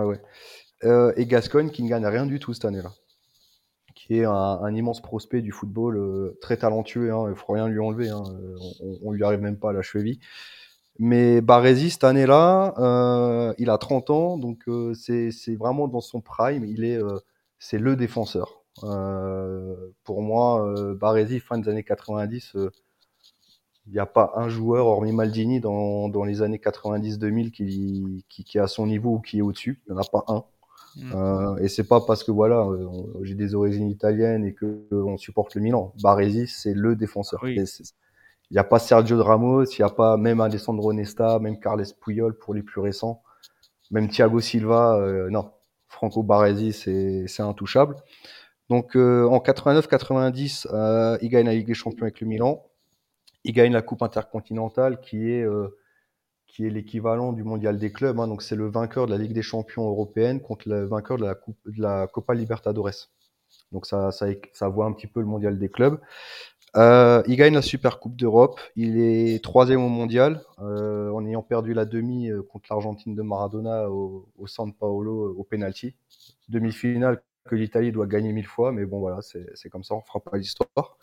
Et Gascoigne qui ne gagne rien du tout cette année-là. Qui est un immense prospect du football, très talentueux, hein, il ne faut rien lui enlever, hein, on lui arrive même pas à la cheville. Mais Baresi, cette année-là, il a 30 ans, donc c'est vraiment dans son prime, c'est le défenseur. Pour moi, Baresi, fin des années 90, il n'y a pas un joueur, hormis Maldini, dans les années 90-2000 qui est à son niveau ou qui est au-dessus. Il n'y en a pas un. Et c'est pas parce que voilà, j'ai des origines italiennes et que on supporte le Milan. Baresi, c'est le défenseur. Oui. Il n'y a pas Sergio Ramos, il n'y a pas même Alessandro Nesta, même Carles Puyol pour les plus récents, même Thiago Silva. Non, Franco Baresi, c'est intouchable. Donc en 89-90, il gagne la Ligue des Champions avec le Milan. Il gagne la Coupe intercontinentale qui est l'équivalent du mondial des clubs, hein. Donc c'est le vainqueur de la Ligue des Champions européenne contre le vainqueur de la Copa Libertadores. Donc ça voit un petit peu le mondial des clubs. Il gagne la Super Coupe d'Europe. Il est 3e au mondial, en ayant perdu la demi contre l'Argentine de Maradona au San Paolo au penalty. Demi-finale que l'Italie doit gagner 1000 fois, mais bon voilà, c'est comme ça, on fera pas l'histoire.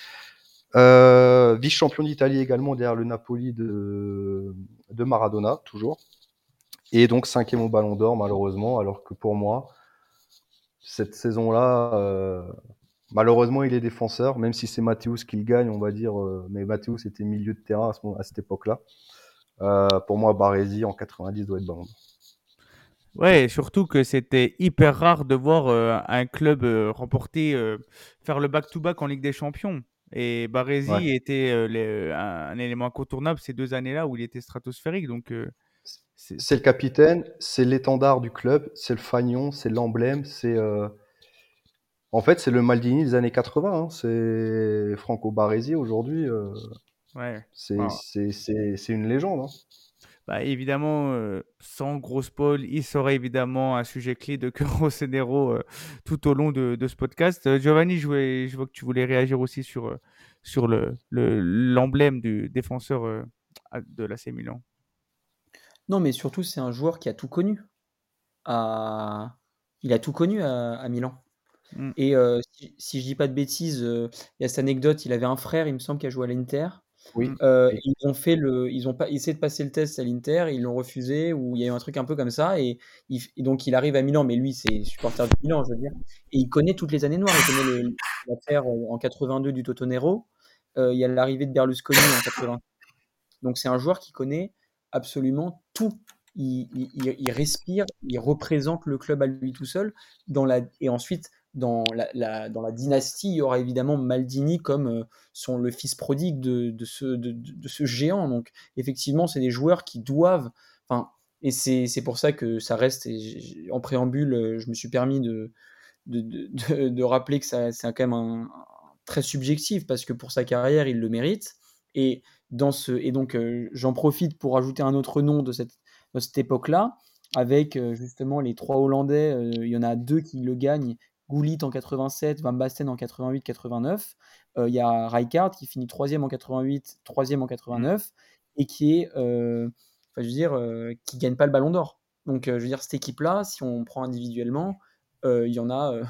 Vice-champion d'Italie également derrière le Napoli de Maradona, toujours. Et donc 5e au Ballon d'Or, malheureusement, alors que pour moi, cette saison-là, malheureusement, il est défenseur, même si c'est Matthäus qui le gagne, on va dire, mais Matthäus était milieu de terrain à cette époque-là. Pour moi, Baresi en 90 doit être Ballon d'Or. Ouais, surtout que c'était hyper rare de voir un club faire le back-to-back en Ligue des Champions. Et Baresi Ouais. était un élément incontournable ces 2 années-là où il était stratosphérique. Donc, C'est le capitaine, c'est l'étendard du club, c'est le fanion, c'est l'emblème, en fait, c'est le Maldini des années 80, hein. C'est Franco Baresi aujourd'hui, ouais. c'est Bon, une légende, hein. bah, évidemment, sans gros spoil, il sera évidemment un sujet clé de Caro Cenero tout au long de ce podcast. Giovanni, je vois que tu voulais réagir aussi sur l'emblème du défenseur de l'AC Milan. Non, mais surtout, c'est un joueur qui a tout connu. Il a tout connu à Milan. Mm. Et si je dis pas de bêtises, il y a cette anecdote, il avait un frère, il me semble, qui a joué à l'Inter. Oui. Ils ont pas essayé de passer le test à l'Inter, ils l'ont refusé, ou il y a eu un truc un peu comme ça, et donc il arrive à Milan, mais lui c'est supporter du Milan, je veux dire, et il connaît toutes les années noires, il connaît l'affaire en 82 du Totonero, il y a l'arrivée de Berlusconi en 80. Donc c'est un joueur qui connaît absolument tout. Il respire, il représente le club à lui tout seul. Et ensuite, dans la dynastie, il y aura évidemment Maldini comme le fils prodigue de ce géant. Donc effectivement, c'est des joueurs qui doivent... Enfin, et c'est pour ça que ça reste... En préambule, je me suis permis de rappeler que c'est quand même très subjectif, parce que pour sa carrière, il le mérite. Et donc, j'en profite pour ajouter un autre nom de cette époque-là, avec justement les 3 Hollandais. Il y en a 2 qui le gagnent, Gullit en 87, Van Basten en 88-89. Il y a Rijkaard qui finit 3e en 88, 3e en 89, et qui est, qui gagne pas le Ballon d'Or. Donc, je veux dire, cette équipe-là, si on prend individuellement, il y en a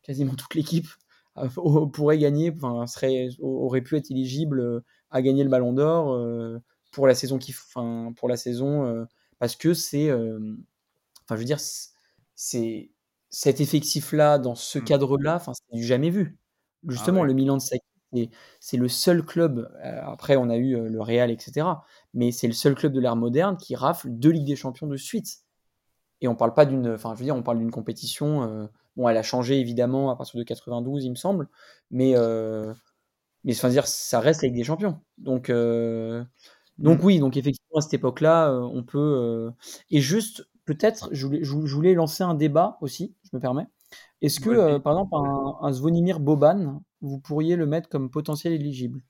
quasiment toute l'équipe pourrait gagner, enfin, aurait pu être éligible à gagner le Ballon d'Or pour la saison parce que je veux dire, c'est cet effectif-là, dans ce cadre-là, enfin, c'est du jamais vu. Ah Justement, ouais. le Milan de Sacchi, c'est le seul club, après on a eu le Real, etc., mais c'est le seul club de l'ère moderne qui rafle 2 Ligues des Champions de suite. Et on parle pas on parle d'une compétition, bon, elle a changé évidemment à partir de 92, il me semble, mais dire, ça reste la Ligue des Champions. Donc oui, donc effectivement, à cette époque-là, on peut. Et juste, peut-être, je voulais lancer un débat aussi, je me permets. Est-ce que, Vas-y. par exemple, un Zvonimir Boban, vous pourriez le mettre comme potentiel éligible?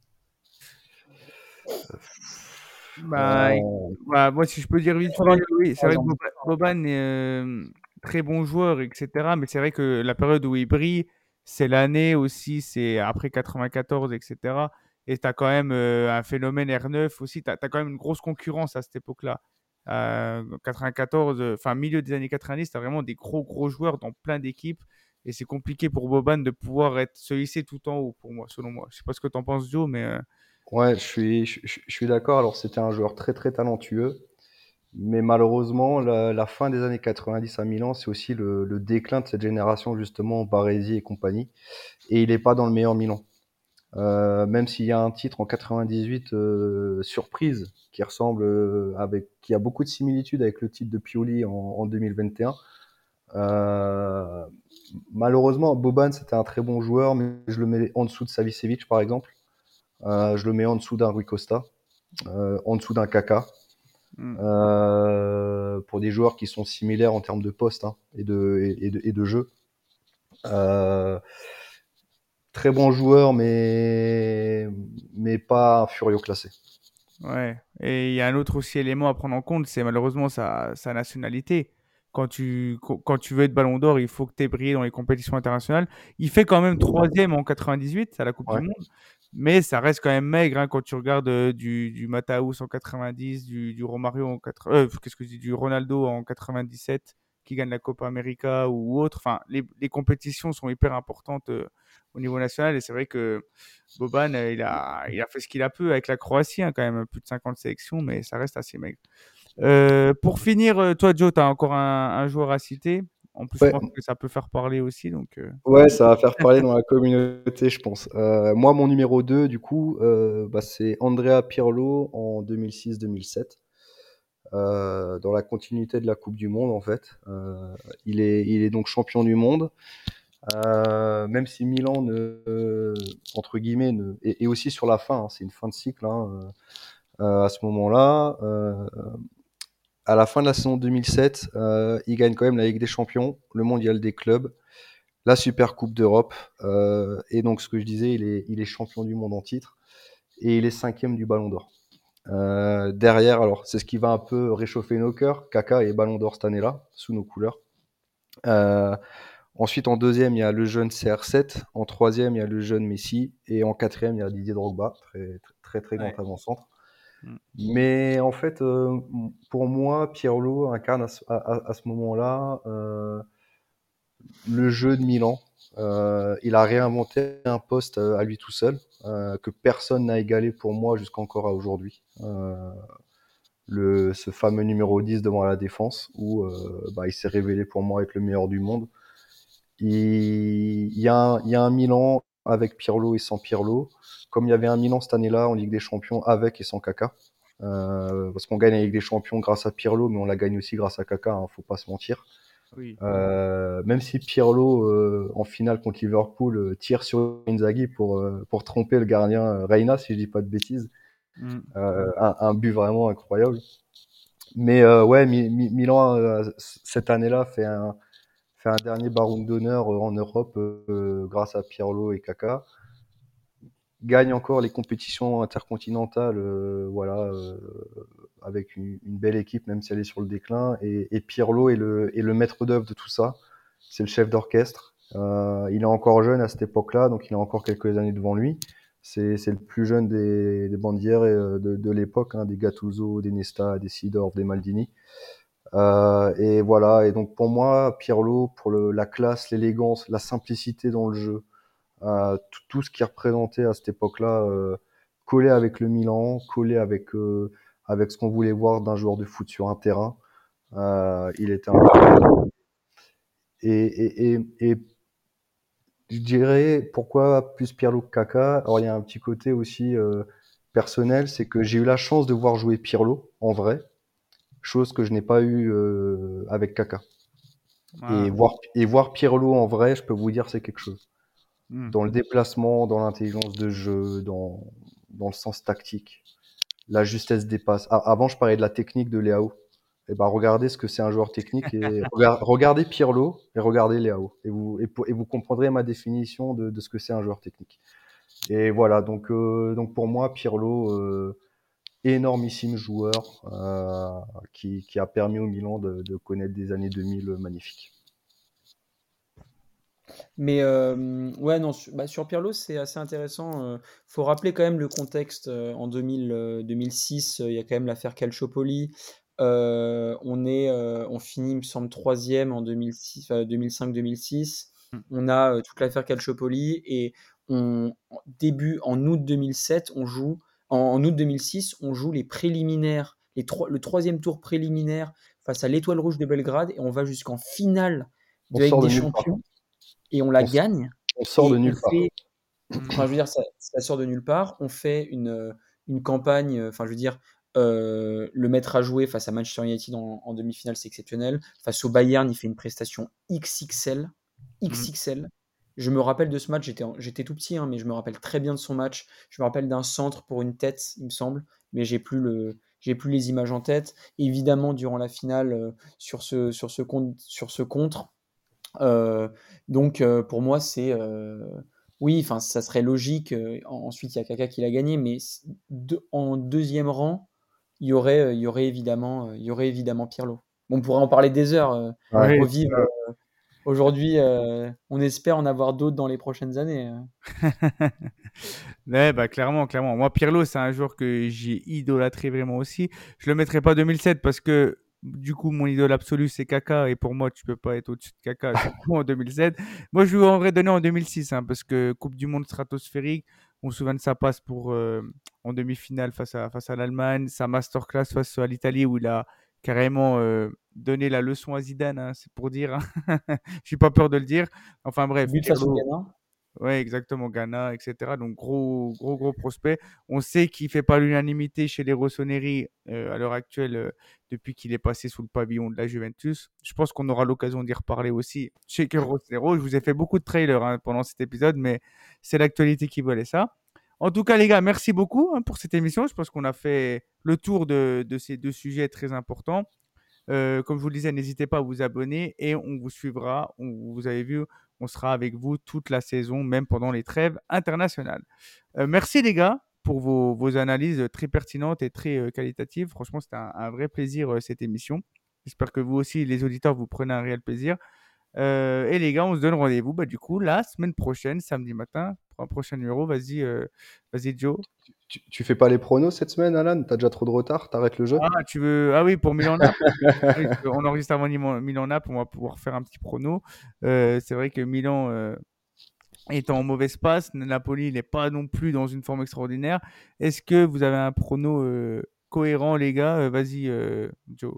Bah, moi, si je peux dire vite fait, 90, oui, c'est par vrai que exemple. Boban est très bon joueur, etc. Mais c'est vrai que la période où il brille, c'est l'année aussi, c'est après 94, etc. Et tu as quand même un phénomène R9 aussi. Tu as quand même une grosse concurrence à cette époque-là. 94, enfin, milieu des années 90, tu as vraiment des gros joueurs dans plein d'équipes. Et c'est compliqué pour Boban de pouvoir se hisser tout en haut, pour moi, selon moi. Je sais pas ce que tu en penses, Joe, mais. Ouais, je suis d'accord. Alors, c'était un joueur très, très talentueux. Mais malheureusement, la fin des années 90 à Milan, c'est aussi le déclin de cette génération, justement, Baresi et compagnie. Et il n'est pas dans le meilleur Milan. Même s'il y a un titre en 98 surprise qui ressemble qui a beaucoup de similitudes avec le titre de Pioli en 2021. Euh, Malheureusement, Boban c'était un très bon joueur, mais je le mets en dessous de Savicevic par exemple. Je le mets en dessous d'un Rui Costa, en dessous d'un Kaka. Hmm. Pour des joueurs qui sont similaires en termes de poste hein, et de jeu. Très bon joueur, mais pas un Furio classé. Ouais, et il y a un autre aussi élément à prendre en compte, c'est malheureusement sa nationalité. Quand tu veux être Ballon d'Or, il faut que tu aies brillé dans les compétitions internationales. Il fait quand même troisième en 98 à la Coupe du Ouais. Monde, mais ça reste quand même maigre hein, quand tu regardes du Mataus en 90, du Romario en qu'est-ce que je dis, du Ronaldo en 97 qui gagne la Copa América ou autre. Enfin, les compétitions sont hyper importantes au niveau national et c'est vrai que Boban, il a fait ce qu'il a pu avec la Croatie, hein, quand même, plus de 50 sélections, mais ça reste assez maigre. Pour finir, toi, Joe, tu as encore un joueur à citer. En plus, je Ouais, pense que ça peut faire parler aussi. Donc, ouais, ça va faire parler dans la communauté, je pense. Moi, mon numéro 2, du coup, c'est Andrea Pirlo en 2006-2007. Dans la continuité de la Coupe du Monde, en fait. Il est donc champion du monde. Même si Milan, entre guillemets, est aussi sur la fin, hein, c'est une fin de cycle hein, à ce moment-là. À la fin de la saison 2007, il gagne quand même la Ligue des Champions, le Mondial des clubs, la Super Coupe d'Europe. Et donc, ce que je disais, il est champion du monde en titre et il est 5e du Ballon d'Or. Derrière, alors, c'est ce qui va un peu réchauffer nos cœurs. Kaka est Ballon d'Or cette année-là, sous nos couleurs. Ensuite, en 2e, il y a le jeune CR7. En 3e, il y a le jeune Messi. Et en 4e, il y a Didier Drogba, très grand ouais. avant-centre. Mm. Mais en fait, pour moi, Pirlo incarne à ce moment-là le jeu de Milan. Il a réinventé un poste à lui tout seul, que personne n'a égalé pour moi jusqu'à encore à aujourd'hui. Ce fameux numéro 10 devant la défense, où il s'est révélé pour moi être le meilleur du monde. Il y a un Milan avec Pirlo et sans Pirlo, comme il y avait un Milan cette année-là en Ligue des Champions avec et sans Kaka. Parce qu'on gagne la Ligue des Champions grâce à Pirlo, mais on la gagne aussi grâce à Kaka, hein, faut pas se mentir. Oui. Même si Pirlo, en finale contre Liverpool, tire sur Inzaghi pour tromper le gardien Reina, si je dis pas de bêtises. Mm. Un but vraiment incroyable. Mais ouais, Milan, cette année-là, fait un dernier Baron d'honneur en Europe grâce à Pirlo et Kaka. Gagne encore les compétitions intercontinentales, avec une belle équipe, même si elle est sur le déclin. Et Pirlo est le maître d'œuvre de tout ça. C'est le chef d'orchestre. Il est encore jeune à cette époque-là, donc il a encore quelques années devant lui. C'est le plus jeune des bandières de l'époque, hein, des Gattuso, des Nesta, des Seedorf, des Maldini. Et voilà. Et donc pour moi, Pirlo, pour la classe, l'élégance, la simplicité dans le jeu, tout ce qui représentait à cette époque-là, collé avec le Milan, collé avec ce qu'on voulait voir d'un joueur de foot sur un terrain. Il était incroyable. Et je dirais pourquoi plus Pirlo que Kaka. Alors il y a un petit côté aussi personnel, c'est que j'ai eu la chance de voir jouer Pirlo en vrai, chose que je n'ai pas eu avec Kaka. Ah, Et voir Pirlo en vrai, je peux vous dire, c'est quelque chose. hmm. Dans le déplacement, dans l'intelligence de jeu, dans le sens tactique, la justesse des passes. Avant, je parlais de la technique de Leao. Et ben, regardez ce que c'est un joueur technique et regardez Pirlo et regardez Leao. Et vous comprendrez ma définition de ce que c'est un joueur technique. Et voilà, donc pour moi, Pirlo, énormissime joueur qui a permis au Milan de connaître des années 2000 magnifiques. Mais ouais, non, sur Pirlo, c'est assez intéressant. Faut rappeler quand même le contexte. En 2006, il y a quand même l'affaire Calciopoli. On finit, il me semble, troisième en 2006, 2005-2006. Hmm. On a toute l'affaire Calciopoli et en août 2007, en août 2006, on joue les préliminaires, le troisième tour préliminaire face à l'Étoile Rouge de Belgrade et on va jusqu'en finale On de Ligue sort de des nulle part. Champions et on la On, gagne. on sort de Et on nulle part. fait, Hmm. enfin, je veux dire, ça sort de nulle part. On fait une campagne, enfin, je veux dire, le mettre à jouer face à Manchester United en demi-finale, c'est exceptionnel. Face au Bayern, il fait une prestation XXL. XXL. Je me rappelle de ce match, j'étais tout petit, hein, mais je me rappelle très bien de son match. Je me rappelle d'un centre pour une tête, il me semble, mais j'ai plus les images en tête. Évidemment, durant la finale, sur ce contre. Donc pour moi, oui, enfin, ça serait logique. Ensuite, il y a Kaka qui l'a gagné, mais en deuxième rang, il y aurait évidemment Pirlo. Bon, on pourrait en parler des heures, Ouais. revivre. Aujourd'hui, on espère en avoir d'autres dans les prochaines années. Ouais, bah clairement, clairement. Moi, Pirlo, c'est un joueur que j'ai idolâtré vraiment aussi. Je le mettrai pas 2007 parce que du coup, mon idole absolu, c'est Kaka. Et pour moi, tu peux pas être au-dessus de Kaka, surtout en 2007. Moi, je lui aurais donné en 2006 hein, parce que Coupe du Monde stratosphérique, on se souvient de sa passe en demi-finale face à l'Allemagne, sa masterclass face à l'Italie où il a carrément donné la leçon à Zidane. Hein, c'est pour dire. Hein. J'ai pas peur de le dire. Enfin bref, But face au Pirlo. Ghana. Ouais, exactement, Ghana, etc. Donc, gros prospect. On sait qu'il ne fait pas l'unanimité chez les Rossoneri à l'heure actuelle depuis qu'il est passé sous le pavillon de la Juventus. Je pense qu'on aura l'occasion d'y reparler aussi chez que Rossonero. Je vous ai fait beaucoup de trailers hein, pendant cet épisode, mais c'est l'actualité qui voulait ça. En tout cas, les gars, merci beaucoup hein, pour cette émission. Je pense qu'on a fait le tour de ces deux sujets très importants. Comme je vous le disais, n'hésitez pas à vous abonner et on vous suivra. Vous avez vu, on sera avec vous toute la saison, même pendant les trêves internationales. Merci les gars pour vos analyses très pertinentes et très qualitatives. Franchement, c'était un vrai plaisir cette émission. J'espère que vous aussi, les auditeurs, vous prenez un réel plaisir. Et les gars, on se donne rendez-vous du coup la semaine prochaine, samedi matin, pour un prochain numéro. Vas-y Joe. Tu fais pas les pronos cette semaine, Alan? T'as déjà trop de retard? T'arrêtes le jeu? Ah, tu veux... ah oui, pour Milan-Naples. Oui, on enregistre avant Milan-Naples, on va pouvoir faire un petit prono. C'est vrai que Milan est en mauvaise passe. Napoli n'est pas non plus dans une forme extraordinaire. Est-ce que vous avez un prono cohérent, les gars? Vas-y, Joe.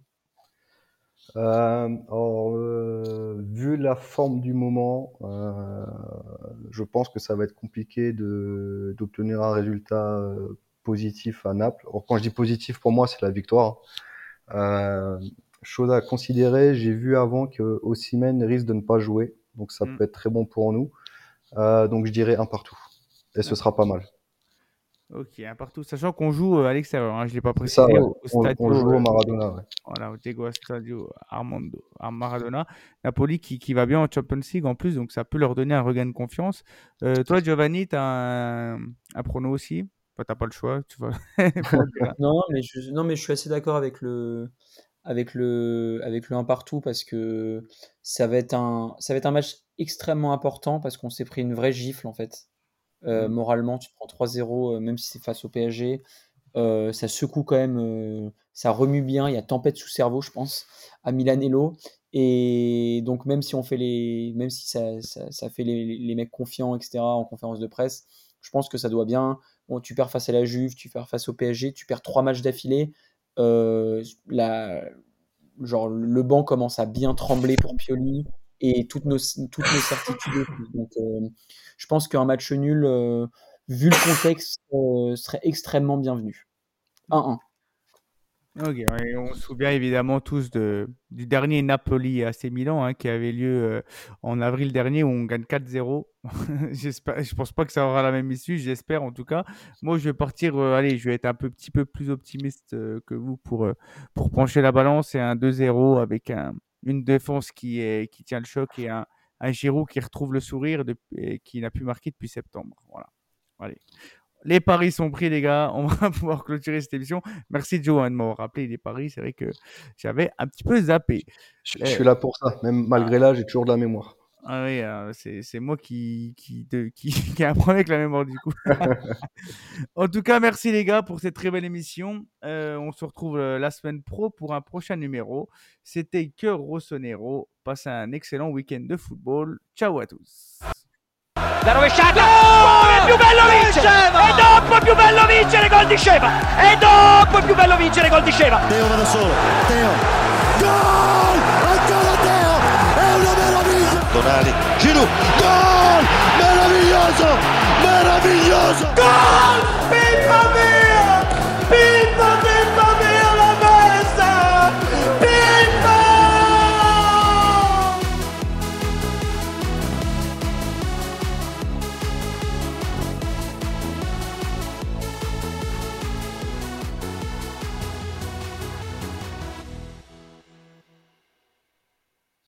Vu la forme du moment, je pense que ça va être compliqué d'obtenir un résultat positif à Naples. Or, quand je dis positif, pour moi, c'est la victoire. Chose à considérer, j'ai vu avant que Osimhen risque de ne pas jouer, donc ça peut être très bon pour nous. Donc je dirais un partout, et ce sera pas mal. Ok, un partout. Sachant qu'on joue à l'extérieur, hein, je ne l'ai pas C'est ça, précisé, ouais. au On Stadio, joue au Maradona, ouais. voilà, au Diego Stadio Armando à Maradona. Napoli qui va bien en Champions League en plus, donc ça peut leur donner un regain de confiance. Toi, Giovanni, tu as un prono aussi? Enfin, tu n'as pas le choix, tu vois. Faut le dire. Non, mais je suis assez d'accord avec le 1 partout parce que ça va être un match extrêmement important parce qu'on s'est pris une vraie gifle en fait. Moralement, tu prends 3-0, même si c'est face au PSG. Ça secoue quand même, ça remue bien. Il y a tempête sous cerveau, je pense, à Milanello. Et donc même si ça fait les mecs confiants, etc. en conférence de presse, je pense que ça doit bien. Bon, tu perds face à la Juve, tu perds face au PSG, tu perds 3 matchs d'affilée. Genre le banc commence à bien trembler pour Pioli et toutes nos certitudes. Donc je pense qu'un match nul, vu le contexte, serait extrêmement bienvenu. 1-1. Ok, ouais, on se souvient évidemment tous du dernier Napoli AC Milan hein, qui avait lieu en avril dernier où on gagne 4-0. Je pense pas que ça aura la même issue, j'espère en tout cas. Moi, je vais partir, allez, je vais être un petit peu plus optimiste que vous pour pencher la balance et un 2-0 avec une défense qui tient le choc et un Giroud qui retrouve le sourire et qui n'a plus marqué depuis septembre. Voilà. Allez. Les paris sont pris, les gars. On va pouvoir clôturer cette émission. Merci, Joe, de m'avoir rappelé les paris. C'est vrai que j'avais un petit peu zappé. Je suis là pour ça. Même malgré l'âge, j'ai toujours de la mémoire. Ah oui, c'est moi qui ai un problème avec la mémoire, du coup. En tout cas, merci, les gars, pour cette très belle émission. On se retrouve la semaine pro pour un prochain numéro. C'était Cœur Rossonero. Passez un excellent week-end de football. Ciao à tous. La rovesciata, è più bello vincere e dopo è più bello vincere gol di Sceva e dopo è più bello vincere gol di Sceva. Teo va da solo, Teo, gol, ancora Teo, è una meraviglia. Tonali, Giroud, gol, meraviglioso, meraviglioso. Gol! Pippa mia! Pippa, pippa